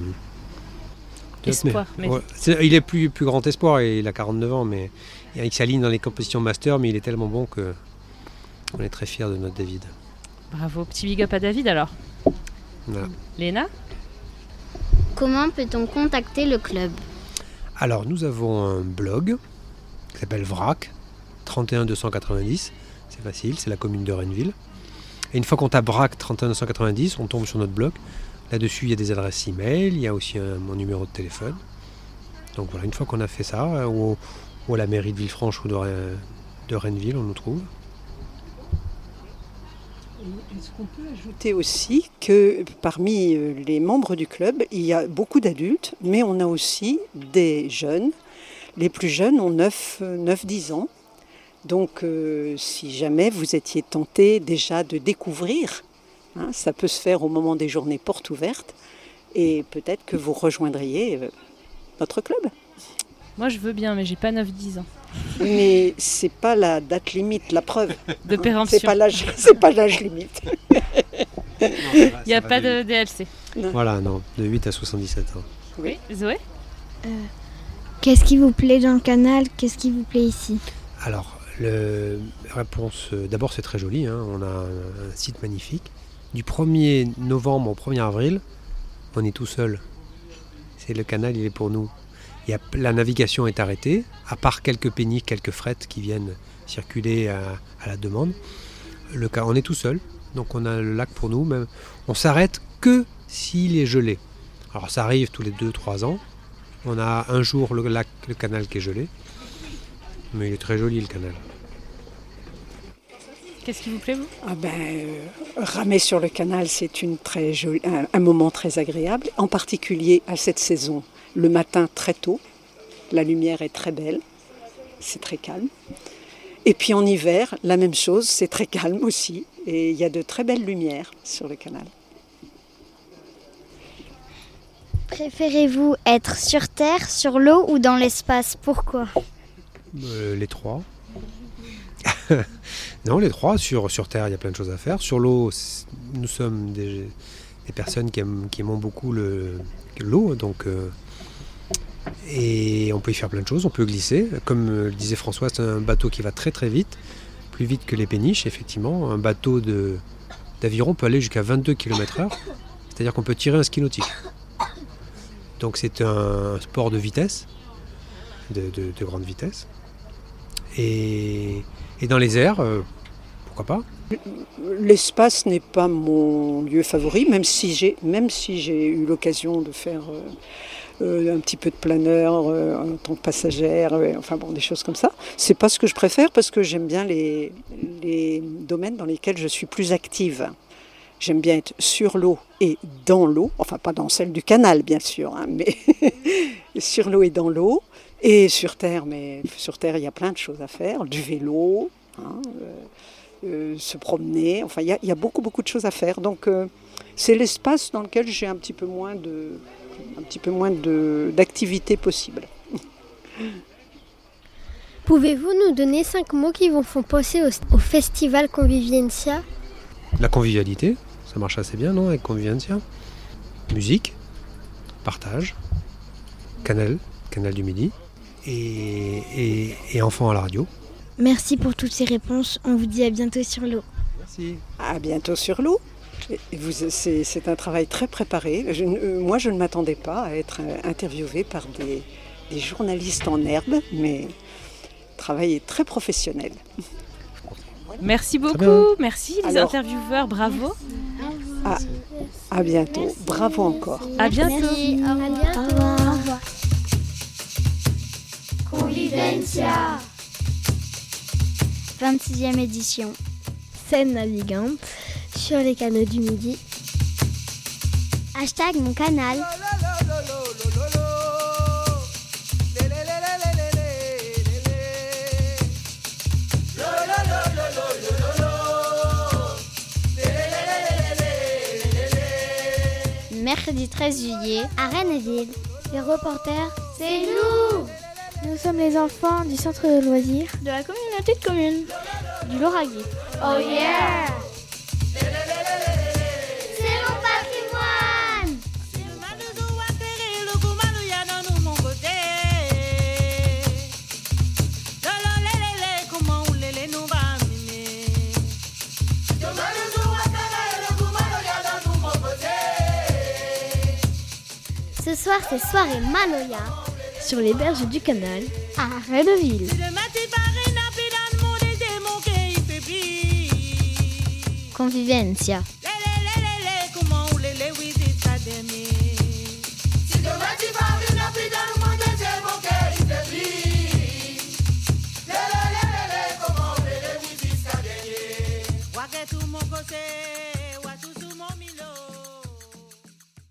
Espoir. Mais... Ouais, c'est, il est plus, plus grand espoir, et il a quarante-neuf ans, mais il s'aligne dans les compétitions master, mais il est tellement bon que on est très fiers de notre David. Bravo, petit big up à David alors. Voilà. Léna ? Comment peut-on contacter le club ? Alors nous avons un blog qui s'appelle Vrac, trente et un deux cent quatre-vingt-dix, c'est facile, c'est la commune de Renneville. Et une fois qu'on tape Vrac trente et un deux cent quatre-vingt-dix, on tombe sur notre blog. Là-dessus, il y a des adresses e-mail, il y a aussi un, mon numéro de téléphone. Donc voilà, une fois qu'on a fait ça, ou, ou à la mairie de Villefranche ou de, de Renneville, on nous trouve. Est-ce qu'on peut ajouter aussi que parmi les membres du club, il y a beaucoup d'adultes, mais on a aussi des jeunes. Les plus jeunes ont neuf dix ans. Donc euh, si jamais vous étiez tenté déjà de découvrir, hein, ça peut se faire au moment des journées portes ouvertes, et peut-être que vous rejoindriez euh, notre club. Moi je veux bien, mais j'ai pas neuf dix ans. Mais c'est pas la date limite, la preuve. De péremption. C'est pas l'âge, c'est pas l'âge limite. Il n'y a pas de D L C. Non. Voilà, non, de huit à soixante-dix-sept ans. Oui, Zoé ? euh, Qu'est-ce qui vous plaît dans le canal ? Qu'est-ce qui vous plaît ici ? Alors, le, la réponse, euh, d'abord c'est très joli, hein, on a un, un site magnifique. Du premier novembre au premier avril, on est tout seul. C'est le canal, il est pour nous. Il y a, la navigation est arrêtée, à part quelques péniches, quelques frettes qui viennent circuler à, à la demande. Le, on est tout seul, donc on a le lac pour nous. Même, on s'arrête que s'il est gelé. Alors ça arrive tous les deux trois ans. On a un jour le, lac, le canal qui est gelé, mais il est très joli le canal. Qu'est-ce qui vous plaît, vous ? Ah ben, euh, ramer sur le canal, c'est une très jolie, un, un moment très agréable, en particulier à cette saison. Le matin très tôt, la lumière est très belle, c'est très calme. Et puis en hiver, la même chose, c'est très calme aussi. Et il y a de très belles lumières sur le canal. Préférez-vous être sur terre, sur l'eau ou dans l'espace ? Pourquoi ? euh, Les trois. Non, les trois. Sur, sur terre, il y a plein de choses à faire. Sur l'eau, nous sommes des, des personnes qui aiment, qui aiment beaucoup le, l'eau, donc... Euh, et on peut y faire plein de choses, on peut glisser. Comme le disait François, c'est un bateau qui va très très vite, plus vite que les péniches, effectivement. Un bateau de, d'aviron peut aller jusqu'à vingt-deux kilomètres heure. C'est-à-dire qu'on peut tirer un ski nautique. Donc c'est un sport de vitesse, de, de, de grande vitesse. Et, et dans les airs, euh, pourquoi pas ? L'espace n'est pas mon lieu favori, même si j'ai, même si j'ai eu l'occasion de faire euh, euh, un petit peu de planeur euh, en tant que passagère, euh, enfin bon, des choses comme ça. C'est pas ce que je préfère parce que j'aime bien les, les domaines dans lesquels je suis plus active. J'aime bien être sur l'eau et dans l'eau, enfin pas dans celle du canal bien sûr, hein, mais sur l'eau et dans l'eau. Et sur Terre, mais sur Terre il y a plein de choses à faire, du vélo, hein, euh, euh, se promener, enfin il y, y a beaucoup beaucoup de choses à faire. Donc euh, c'est l'espace dans lequel j'ai un petit peu moins de, un petit peu moins de, d'activité possible. Pouvez-vous nous donner cinq mots qui vous font penser au, au festival Convivencia ? La convivialité, ça marche assez bien, non, avec Convivencia. Musique, partage, canal, canal du midi, et, et, et enfants à la radio. Merci pour toutes ces réponses. On vous dit à bientôt sur l'eau. Merci. À bientôt sur l'eau. Et vous, c'est, c'est un travail très préparé. Je, euh, moi, je ne m'attendais pas à être interviewée par des, des journalistes en herbe, mais le travail est très professionnel. Merci beaucoup, merci les Alors, intervieweurs, bravo. À, à bientôt, merci. Bravo encore. À bientôt. Merci. À bientôt. Au revoir. Convivencia. vingt-sixième édition. Scène navigante. Sur les canaux du Midi. Hashtag mon canal. Mercredi treize juillet, à Renneville. Les reporters, c'est nous. Nous sommes les enfants du centre de loisirs de la communauté de communes du Lauragais. Oh yeah! C'est mon patrimoine! Ce soir, c'est soirée Maloya. Sur les berges du canal, à Renneville. Convivencia.